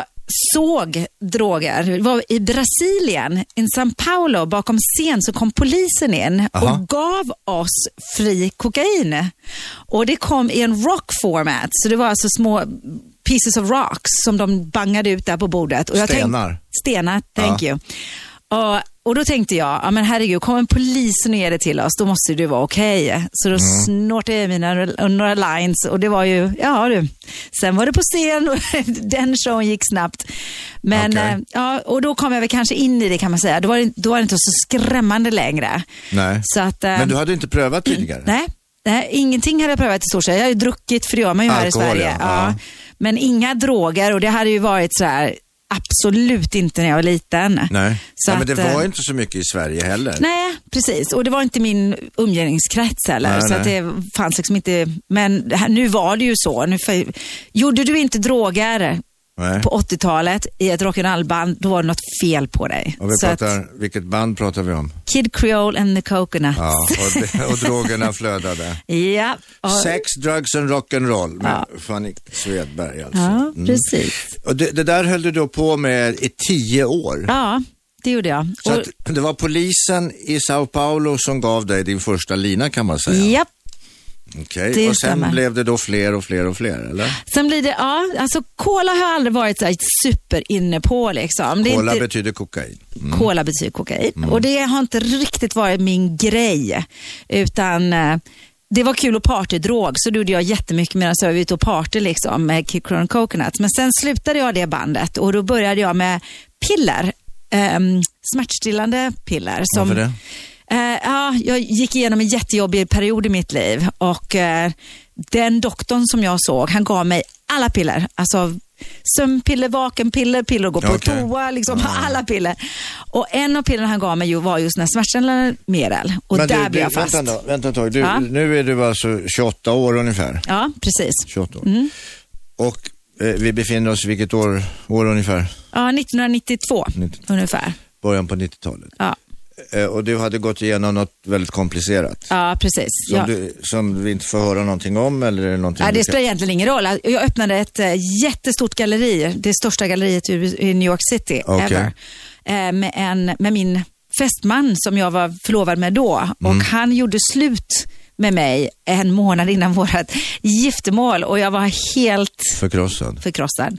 såg droger var i Brasilien, i São Paulo. Bakom scen så kom polisen in Aha. och gav oss fri kokain. Och det kom i en rock format, så det var alltså små pieces of rocks som de bangade ut där på bordet. Och jag stenar. Tänk, stenar, thank ja. you. Och, och då tänkte jag, ja men herregud, kommer polisen och ger det till oss, då måste det vara okej. Okay. Så då mm. snortade jag mina några lines och det var ju, ja du. Sen var det på scen och den showen gick snabbt. Men okay. äh, ja, och då kom jag väl kanske in i det, kan man säga. Då var det, då var det inte så skrämmande längre. Nej, så att, äh, men du hade inte prövat tidigare? Nej, nej, ingenting hade jag prövat i stort sett. Jag har ju druckit, för det gör man ju här Alkohol, i Sverige. Ja. Ja. Ja. Men inga droger, och det hade ju varit så här. Absolut inte när jag var liten. Nej, så ja, att, men det var inte så mycket i Sverige heller. Nej, precis. Och det var inte min umgängeskrets heller. Nej, så nej. Att det fanns liksom inte. Men här, nu var det ju så. Nu för, gjorde du inte droger nej. På åttiotalet i ett rock'n'roll-band, då var det något fel på dig. Och vi så pratar, att, vilket band pratar vi om? Kid Creole and the Coconuts. Ja, och, det, och drogerna flödade. Ja. Och, Sex, drugs and rock'n'roll med ja. Fanny Svedberg alltså. Ja, precis. Mm. Och det, det där höll du då på med i tio år. Ja, det gjorde jag. Så och, att det var polisen i São Paulo som gav dig din första lina, kan man säga. Japp. Okej, okay. Och sen stämmer. blev det då fler och fler och fler, eller? Sen blir det, ja, alltså cola har jag aldrig varit så här super inne på liksom. Det cola inte, betyder kokain. Mm. Cola betyder kokain. Mm. Och det har inte riktigt varit min grej. Utan eh, det var kul att partydrog, så då gjorde jag jättemycket medan jag var ute och party liksom med Kid Creole and Coconuts. Men sen slutade jag det bandet och då började jag med piller. Eh, smärtstillande piller. Som, varför det? Uh, ja, jag gick igenom en jättejobbig period i mitt liv och uh, den doktorn som jag såg, han gav mig alla piller. Alltså sömnpiller, vakenpiller, piller att gå på okay. toa, liksom ah. alla piller. Och en av pillerna han gav mig var just när smärtstillande medel. Och men där du, blev jag du, fast. Vänta, vänta ett tag. Du, ja. Nu är du alltså tjugoåtta år ungefär. Ja, precis. tjugoåtta år. Mm. Och eh, vi befinner oss vilket år, år ungefär? Ja, nittonhundranittiotvå nittiotvå ungefär. Början på nittiotalet. Ja. Och du hade gått igenom något väldigt komplicerat. Ja, precis. Som, ja. du, som vi inte får höra någonting om? Eller någonting ja, det spelar egentligen ingen roll. Jag öppnade ett äh, jättestort galleri. Det största galleriet i New York City okay. ever. Äh, med, en, med min fästman som jag var förlovad med då. Mm. Och han gjorde slut med mig en månad innan vårt giftermål och jag var helt förkrossad. förkrossad.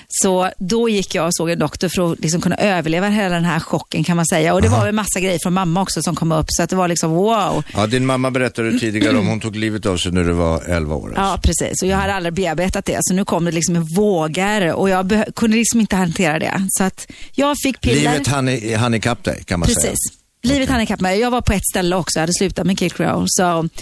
Så då gick jag och såg en doktor för att liksom kunna överleva hela den här chocken, kan man säga. Och det Aha. var en massa grejer från mamma också som kom upp, så att det var liksom wow. Ja, din mamma berättade tidigare om hon tog livet av sig när du var elva år. Alltså. Ja, precis. Och jag hade aldrig bearbetat det, så nu kom det liksom en vågor och jag be- kunde liksom inte hantera det. Så att jag fick piller. Livet hann, hann ikapp dig, kan man precis. säga. Livet okay. hann ikapp mig. Jag var på ett ställe också, jag hade slutat med Kid Creole. Så, um,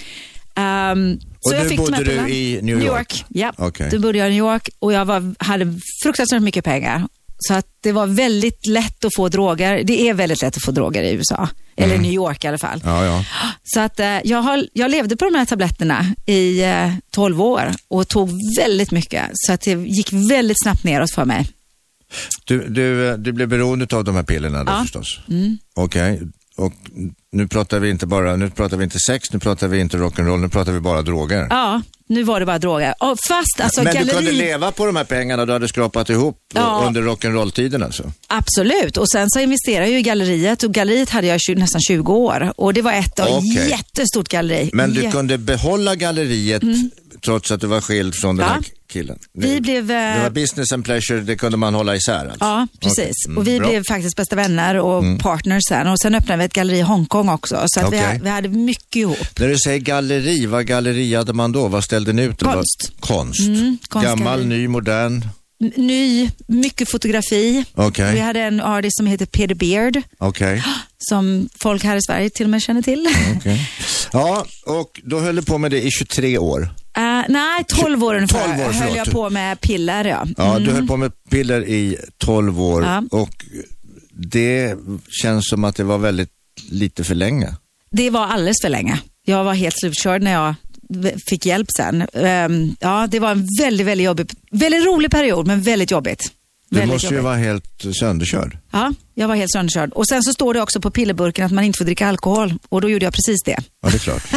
och så jag nu fick bodde du i New York? New York, ja. Okay. Då bodde jag i New York och jag var, hade fruktansvärt mycket pengar. Så att det var väldigt lätt att få droger. Det är väldigt lätt att få droger i U S A. Eller mm. New York i alla fall. Ja, ja. Så att uh, jag, har, jag levde på de här tabletterna i uh, tolv år och tog väldigt mycket. Så att det gick väldigt snabbt neråt för mig. Du, du, du blev beroende av de här pillerna då, ja. förstås? Mm. Okej. Okay. Och nu pratar vi inte bara, nu pratar vi inte sex, nu pratar vi inte rock'n'roll, nu pratar vi bara droger. Ja, nu var det bara droger. Och fast, alltså, men galleri... du kunde leva på de här pengarna du hade skrapat ihop ja. under rock'n'roll-tiden alltså? Absolut, och sen så investerade jag i galleriet och galleriet hade jag tjugo, nästan tjugo år och det var ett okay. jättestort galleri. Men du Jät... kunde behålla galleriet mm. trots att du var skild från den ja. här killen? Vi blev, det var business and pleasure, det kunde man hålla isär alltså? Ja, precis. Okay. Mm, och vi bra. blev faktiskt bästa vänner och mm. partners sen. Och sen öppnade vi ett galleri i Hongkong också. Så att okay. vi, vi hade mycket ihop. När du säger galleri, vad galleriade man då? Vad ställde ni ut? Konst. Konst. Mm, gammal, ny, modern? N- ny, mycket fotografi. Okay. Vi hade en artist som heter Peter Beard. Okay. Som folk här i Sverige till och med känner till. Okay. Ja, och då höll du på med det i tjugotre år. Uh, nej, tolv år ungefär tolv år, höll jag på med piller. Ja, mm. ja du höll på med piller i tolv år ja. Och det känns som att det var väldigt lite för länge. Det var alldeles för länge. Jag var helt slutkörd när jag fick hjälp sen. Um, ja, det var en väldigt, väldigt jobbig, väldigt rolig period, men väldigt jobbigt. Du måste ju jobbigt. Vara helt sönderkörd. Ja, jag var helt sönderkörd. Och sen så står det också på pillerburken att man inte får dricka alkohol. Och då gjorde jag precis det. Ja, det är klart.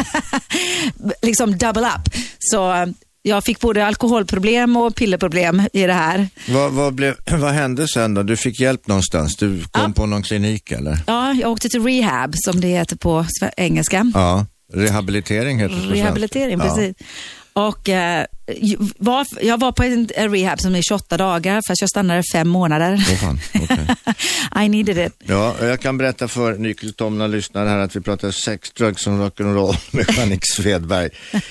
liksom double up. Så jag fick både alkoholproblem och pillerproblem i det här. Vad, vad, blev, vad hände sen då? Du fick hjälp någonstans? Du kom ja. på någon klinik eller? Ja, jag åkte till rehab som det heter på engelska. Ja, rehabilitering heter det på Rehabilitering, svenska. Precis. Ja. Och eh, var, jag var på en rehab som är tjugoåtta dagar fast jag stannade fem månader. Oh, fan. Okay. I needed it. Ja, jag kan berätta för nyckeltomna lyssnare här att vi pratar sex, drugs och rock'n'roll med Jeannick Svedberg.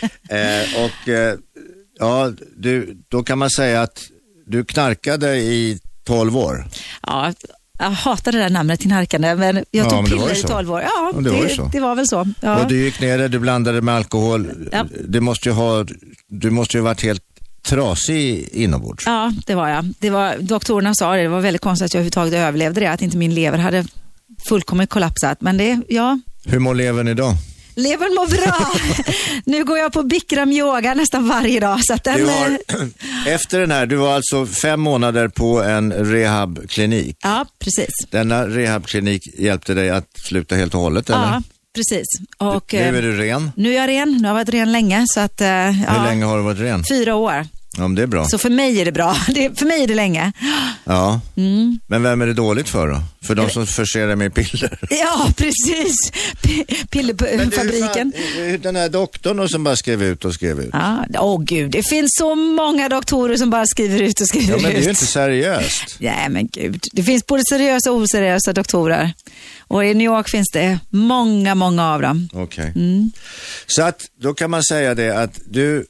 eh, och eh, ja, du, då kan man säga att du knarkade i tolv år. Ja, jag hatar det där namnet till knarkande, men jag tog ja, piller i tolv år. Ja, ja det, var det, det var väl så. Ja. Och du gick ner där, du blandade med alkohol. Ja. Det måste ju ha, du måste ju ha varit helt trasig inombords. Ja, det var jag. Det var, doktorerna sa det, det var väldigt konstigt att jag överhuvudtaget överlevde det, att inte min lever hade fullkomligt kollapsat. Men det, ja. Hur mår levern idag? Levern mår bra. Nu går jag på Bikram yoga nästan varje dag. Så att den, du har, efter den här, du var alltså fem månader på en rehabklinik. Ja, precis. Denna rehabklinik hjälpte dig att sluta helt och hållet, eller? Ja, precis. Och, nu är du ren? Nu är jag ren. Nu har jag varit ren länge. Så att, ja, hur länge har du varit ren? Fyra år. Ja, det är bra. Så för mig är det bra. Det, för mig är det länge. Ja, mm. Men vem är det dåligt för då? För de som förser dig med piller? Ja, precis. P- pillerfabriken. Den här doktorn som bara skrev ut och skrev ut. Ja, åh gud. Det finns så många doktorer som bara skriver ut och skriver ut. Ja, men det är ju inte seriöst. Nej, men gud. Det finns både seriösa och oseriösa doktorer. Och i New York finns det många, många av dem. Okej. Okay. Mm. Så att då kan man säga det att du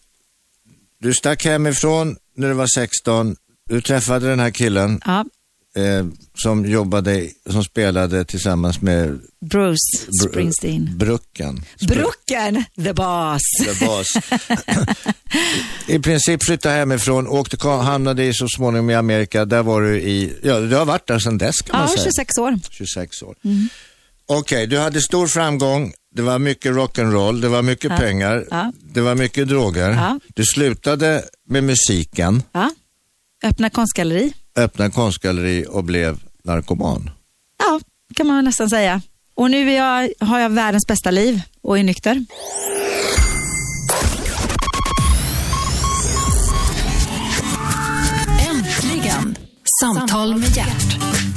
Du stack hemifrån när du var sexton. Du träffade den här killen ja. eh, som jobbade, som spelade tillsammans med Bruce Springsteen. Br- Brucken. Brucken, the boss. The boss. I princip flyttade hemifrån, åkte, hamnade i så småningom i Amerika. Där var du i, ja, du har varit där sedan dess kan man ja, säga. tjugosex år. tjugosex år. Mm. Okej, okay, du hade stor framgång. Det var mycket rock'n'roll, det var mycket ja. pengar, ja. det var mycket droger. Ja. Du slutade med musiken. Ja. Öppna konstgalleri. Öppna konstgalleri och blev narkoman. Ja, kan man nästan säga. Och nu är jag, har jag världens bästa liv och är nykter. Äntligen, Samtal med Hjärt.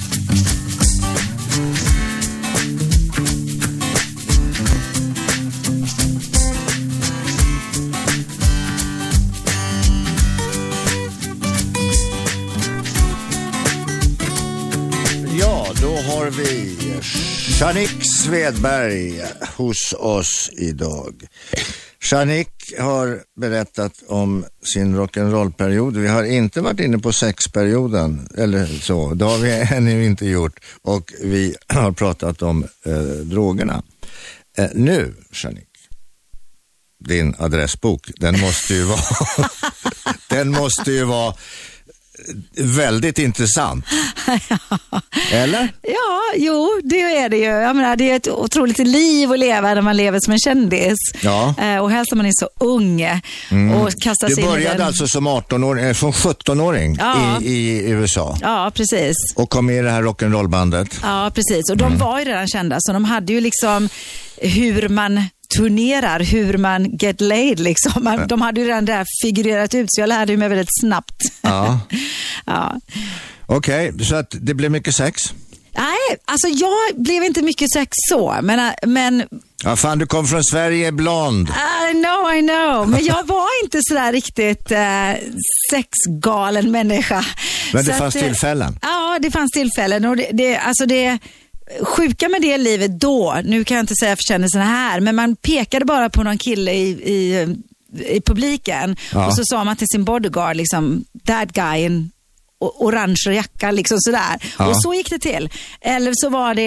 Då har vi Jeannick Svedberg hos oss idag. Jeannick har berättat om sin rock'n'roll-period. Vi har inte varit inne på sexperioden, eller så. Det har vi ännu inte gjort. Och vi har pratat om eh, drogerna. Eh, nu, Jeannick, din adressbok, den måste ju vara... den måste ju vara... väldigt intressant. Eller? Ja, jo, det är det ju. Jag menar, det är ett otroligt liv att leva när man lever som en kändis. Ja. Eh, och helst när man är så ung. Mm. Och kastas du började in den... alltså som arton-åring, som sjutton-åring ja. i, i U S A. Ja, precis. Och kom med i det här rock'n'roll-bandet. Ja, precis. Och de mm. var ju redan kända, så de hade ju liksom hur man turnerar, hur man get laid liksom. Man, de hade ju redan där figurerat ut, så jag lärde mig väldigt snabbt. Ja. ja. Okej, okay, så att det blev mycket sex? Nej, alltså jag blev inte mycket sex så, men... men ja, fan, du kom från Sverige blond. I know, I know. Men jag var inte sådär riktigt eh, sexgalen människa. Men det så fanns att, tillfällen? Ja, det fanns tillfällen. Och det, det, alltså det sjuka med det livet då, nu kan jag inte säga förkännelserna här, men man pekade bara på någon kille i, i, i publiken ja. och så sa man till sin bodyguard liksom, that guy in orange jacka liksom sådär. Ja. Och så gick det till. Eller så var det,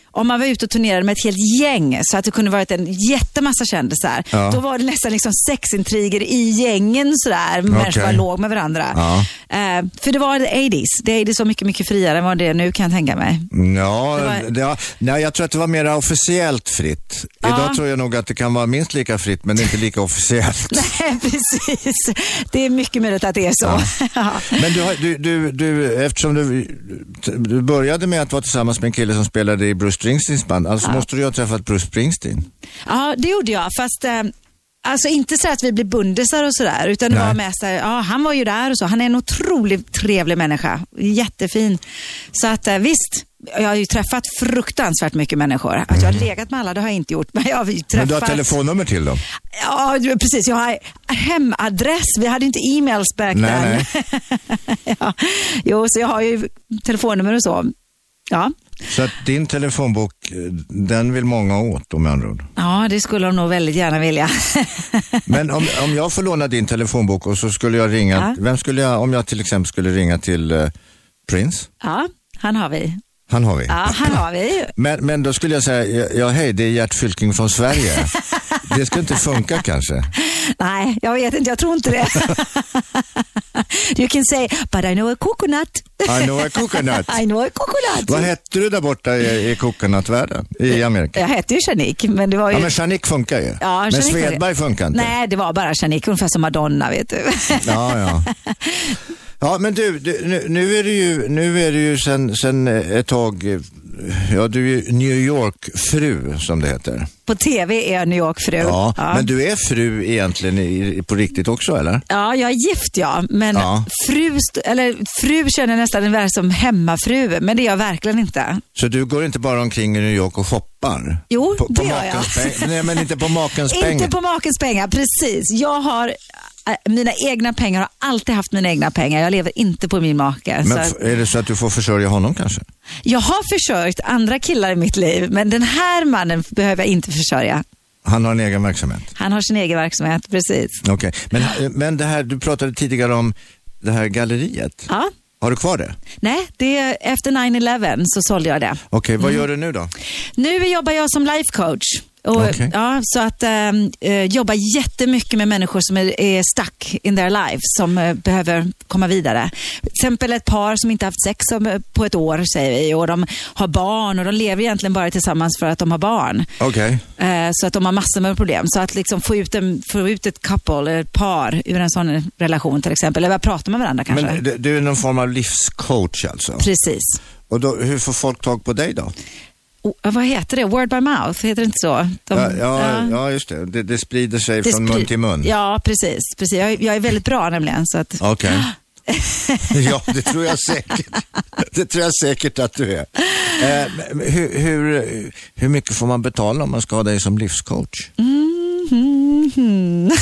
om man var ute och turnerade med ett helt gäng så att det kunde varit en jättemassa kändisar. Ja. Då var det nästan liksom sexintriger i gängen sådär. Okay. Människor var låg med varandra. Ja. Uh, för det var det åttiotalet. Det är så mycket, mycket friare än vad det är nu, kan jag tänka mig. Ja, det var... det, nej, jag tror att det var mer officiellt fritt. Ja. Idag tror jag nog att det kan vara minst lika fritt, men inte lika officiellt. Nej, precis. Det är mycket möjligt att det är så. Ja. Men du, du, du, du, eftersom du, du började med att vara tillsammans med en kille som spelade i Bruce Springsteens band, alltså ja. måste du ju ha träffat Bruce Springsteen. Ja, det gjorde jag, fast eh, alltså inte så att vi blev bundisar och sådär, utan det Nej. var med så här, ja, han var ju där och så, han är en otroligt trevlig människa, jättefin. Så att eh, visst, jag har ju träffat fruktansvärt mycket människor. Att mm. jag har legat med alla, det har jag inte gjort. Men jag har ju träffat... Men du har telefonnummer till dem? Ja, precis. Jag har hemadress. Vi hade inte e-mails back nej, then. Nej. Ja. Jo, så jag har ju telefonnummer och så. Ja. Så att din telefonbok, den vill många åt, om andra ord? Ja, det skulle de nog väldigt gärna vilja. Men om, om jag får låna din telefonbok och så skulle jag ringa... Ja. Vem skulle jag, om jag till exempel skulle ringa till uh, Prince? Ja, han har vi. Han har vi. Ja, han har vi. Men, men då skulle jag säga, ja hej, det är Gert Fylking från Sverige. Det skulle inte funka kanske. Nej, jag vet inte, jag tror inte det. You can say, but I know a coconut. I know a coconut. I know a coconut. Vad hette du där borta i, i coconutvärlden i Amerika? Jag hette ju Janik, men det var ju... Ja, men Janik funkar ju. Ja, men Janik Svedberg funkar inte. Nej, det var bara Janik, ungefär som Madonna, vet du. Ja, ja. Ja, men du, du nu, nu är det ju, nu är det ju sen, sen ett tag, ja, du är New York-fru som det heter. På tv är jag New York-fru. Ja, ja, men du är fru egentligen i, på riktigt också, eller? Ja, jag är gift, ja. Men ja. Fru, eller, fru känner nästan en värld som hemmafru, men det är jag verkligen inte. Så du går inte bara omkring i New York och shoppar? Jo, på, det på gör jag. Nej, men inte på makens pengar. Inte på makens pengar, precis. Jag har... Mina egna pengar, har alltid haft mina egna pengar. Jag lever inte på min make. Men så är det så att du får försörja honom kanske? Jag har försörjt andra killar i mitt liv, men den här mannen behöver jag inte försörja. Han har en egen verksamhet? Han har sin egen verksamhet, precis. Okej, okay. men, men det här, du pratade tidigare om det här galleriet. Ja. Har du kvar det? Nej, det är, efter nine eleven så sålde jag det. Okej, okay, vad mm. gör du nu då? Nu jobbar jag som life coach. Och, okay. ja, så att äh, jobba jättemycket med människor som är, är stuck in their life, som äh, behöver komma vidare. Till exempel ett par som inte haft sex som, på ett år, säger vi, och de har barn och de lever egentligen bara tillsammans för att de har barn. Okay. Äh, så att de har massor med problem. Så att liksom få ut, en, få ut ett couple eller ett par ur en sån relation till exempel, eller bara prata med varandra kanske. Men du, du är någon form av livscoach alltså? Precis. Och då, hur får folk tag på dig då? Oh, vad heter det? Word by mouth, heter det inte så? De, ja, ja, ja, just det. Det, det sprider sig det från sprid- mun till mun. Ja, precis. precis. Jag, jag är väldigt bra nämligen. Okej. Okay. Ja, det tror jag säkert. Det tror jag säkert att du är. Eh, hur, hur, hur mycket får man betala om man ska ha dig som livscoach? Mm. Mm, mm.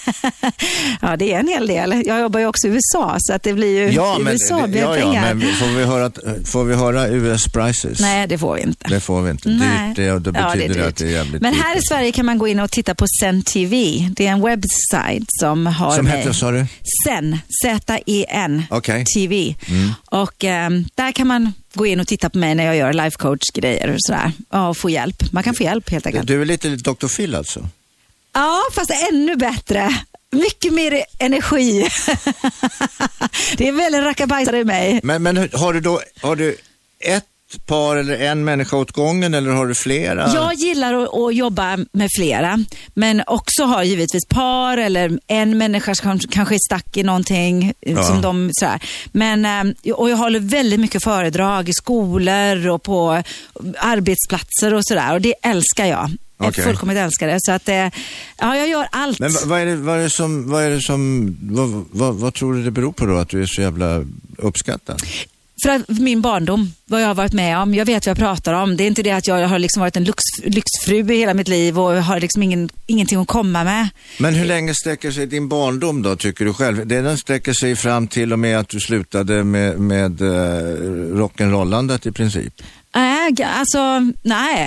Ja, det är en hel del. Jag jobbar ju också i U S A, så att det blir ju ja, men, U S A blir ja, pengar. Ja, men får vi höra, får vi höra U S prices? Nej, det får vi inte. Det får vi inte. Dyrt, det, och det betyder ja, det, det att det är jävligt Men dyrt. här i Sverige kan man gå in och titta på Zen T V. Det är en webbsite som har Som mig. heter, sa du? Zen, Z E N okay. T V. Mm. Och um, där kan man gå in och titta på mig när jag gör life coach-grejer och sådär. Ja, och få hjälp. Man kan få hjälp helt enkelt. Du är lite doktor Phil alltså? Ja, fast ännu bättre. Mycket mer energi. Det är väl en rackabajsare i mig. Men, men har du då har du ett par eller en människa åt gången, eller har du flera? Jag gillar att, att jobba med flera, men också har givetvis par eller en människa som kanske är stack i någonting ja. som de sådär. Men, och jag håller väldigt mycket föredrag i skolor och på arbetsplatser och sådär, och det älskar jag. Jag okay. fullkomligt älskar det. Så att, ja, jag gör allt. Men vad är det, vad är det som, vad är det som, vad, vad, vad tror du det beror på då, att du är så jävla uppskattad? För att min barndom, vad jag har varit med om, jag vet vad jag pratar om. Det är inte det att jag har liksom varit en lyx, lyxfru i hela mitt liv och har liksom ingen, ingenting att komma med. Men hur länge sträcker sig din barndom då, tycker du själv? Den sträcker sig fram till och med att du slutade med, med uh, rock'n'rollandet i princip? Nej, äh, alltså, nej.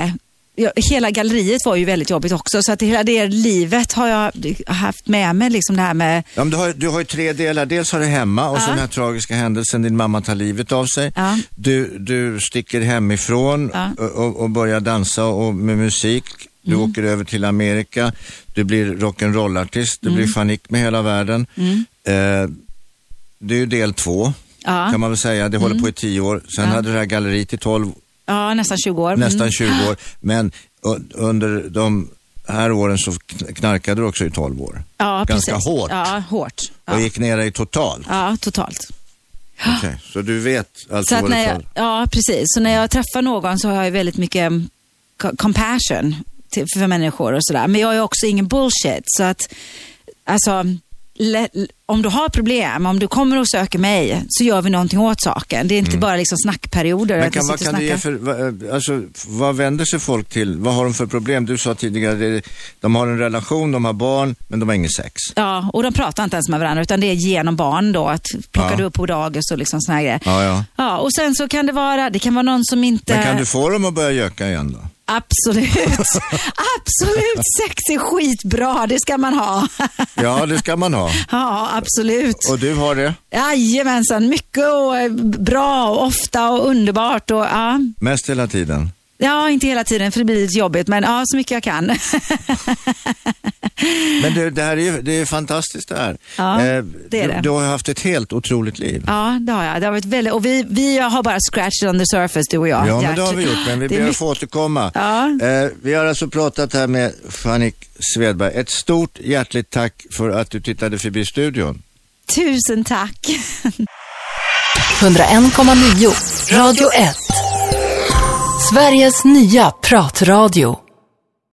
ja, hela galleriet var ju väldigt jobbigt också. Så att hela det livet har jag haft med mig. Liksom det här med... Ja, men du, har, du har ju tre delar. Dels har du hemma och ja. så den här tragiska händelsen. Din mamma tar livet av sig. Ja. Du, du sticker hemifrån ja. och, och börjar dansa och med musik. Du mm. åker över till Amerika. Du blir rock'n'roll-artist. Du mm. blir fanik med hela världen. Mm. Eh, det är ju del två. Ja. Kan man väl säga. Det håller mm. på i tio år. Sen ja. hade du det här galleriet i tolv. Ja, nästan tjugo år. Nästan mm. tjugo år. Men under de här åren så knarkade du också i tolv år. Ja, ganska precis. hårt. Ja, hårt. Ja. Och gick ner dig totalt. Ja, totalt. Okej, okay. Så du vet alltså så vad när det jag, Ja, precis. Så när jag träffar någon så har jag väldigt mycket compassion till, för människor och sådär. Men jag är också ingen bullshit. Så att, alltså... om du har problem, om du kommer och söker mig så gör vi någonting åt saken. Det är inte mm. bara liksom snackperioder. Men kan, vad kan det ge för, vad, alltså, vad vänder sig folk till? Vad har de för problem? Du sa tidigare, det, de har en relation, de har barn, men de har ingen sex. Ja, och de pratar inte ens med varandra utan det är genom barn då, att plockar ja. du upp på dagis och liksom såna här grejer. Ja, ja. Ja, och sen så kan det vara, det kan vara någon som inte... Men kan du få dem att börja göka igen då? Absolut. Absolut. Sex är skitbra. Det ska man ha. Ja, det ska man ha. Ja, absolut. Och du har det? Jajamensan. Mycket och bra och ofta och underbart. Och, ja. Mest hela tiden? Ja, inte hela tiden för det blir lite jobbigt. Men ja, så mycket jag kan. Men det, det här är ju det är fantastiskt det här. Ja, eh, det är det. Du, du har haft ett helt otroligt liv. Ja, det har jag. Det har varit väldigt, och vi, vi har bara scratched on the surface, du och jag. Ja, men det har vi gjort, men vi ber att få återkomma. Ja. Eh, vi har alltså pratat här med Fanny Svedberg. Ett stort hjärtligt tack för att du tittade förbi studion. Tusen tack. hundraen komma nio Radio ett. Sveriges nya pratradio.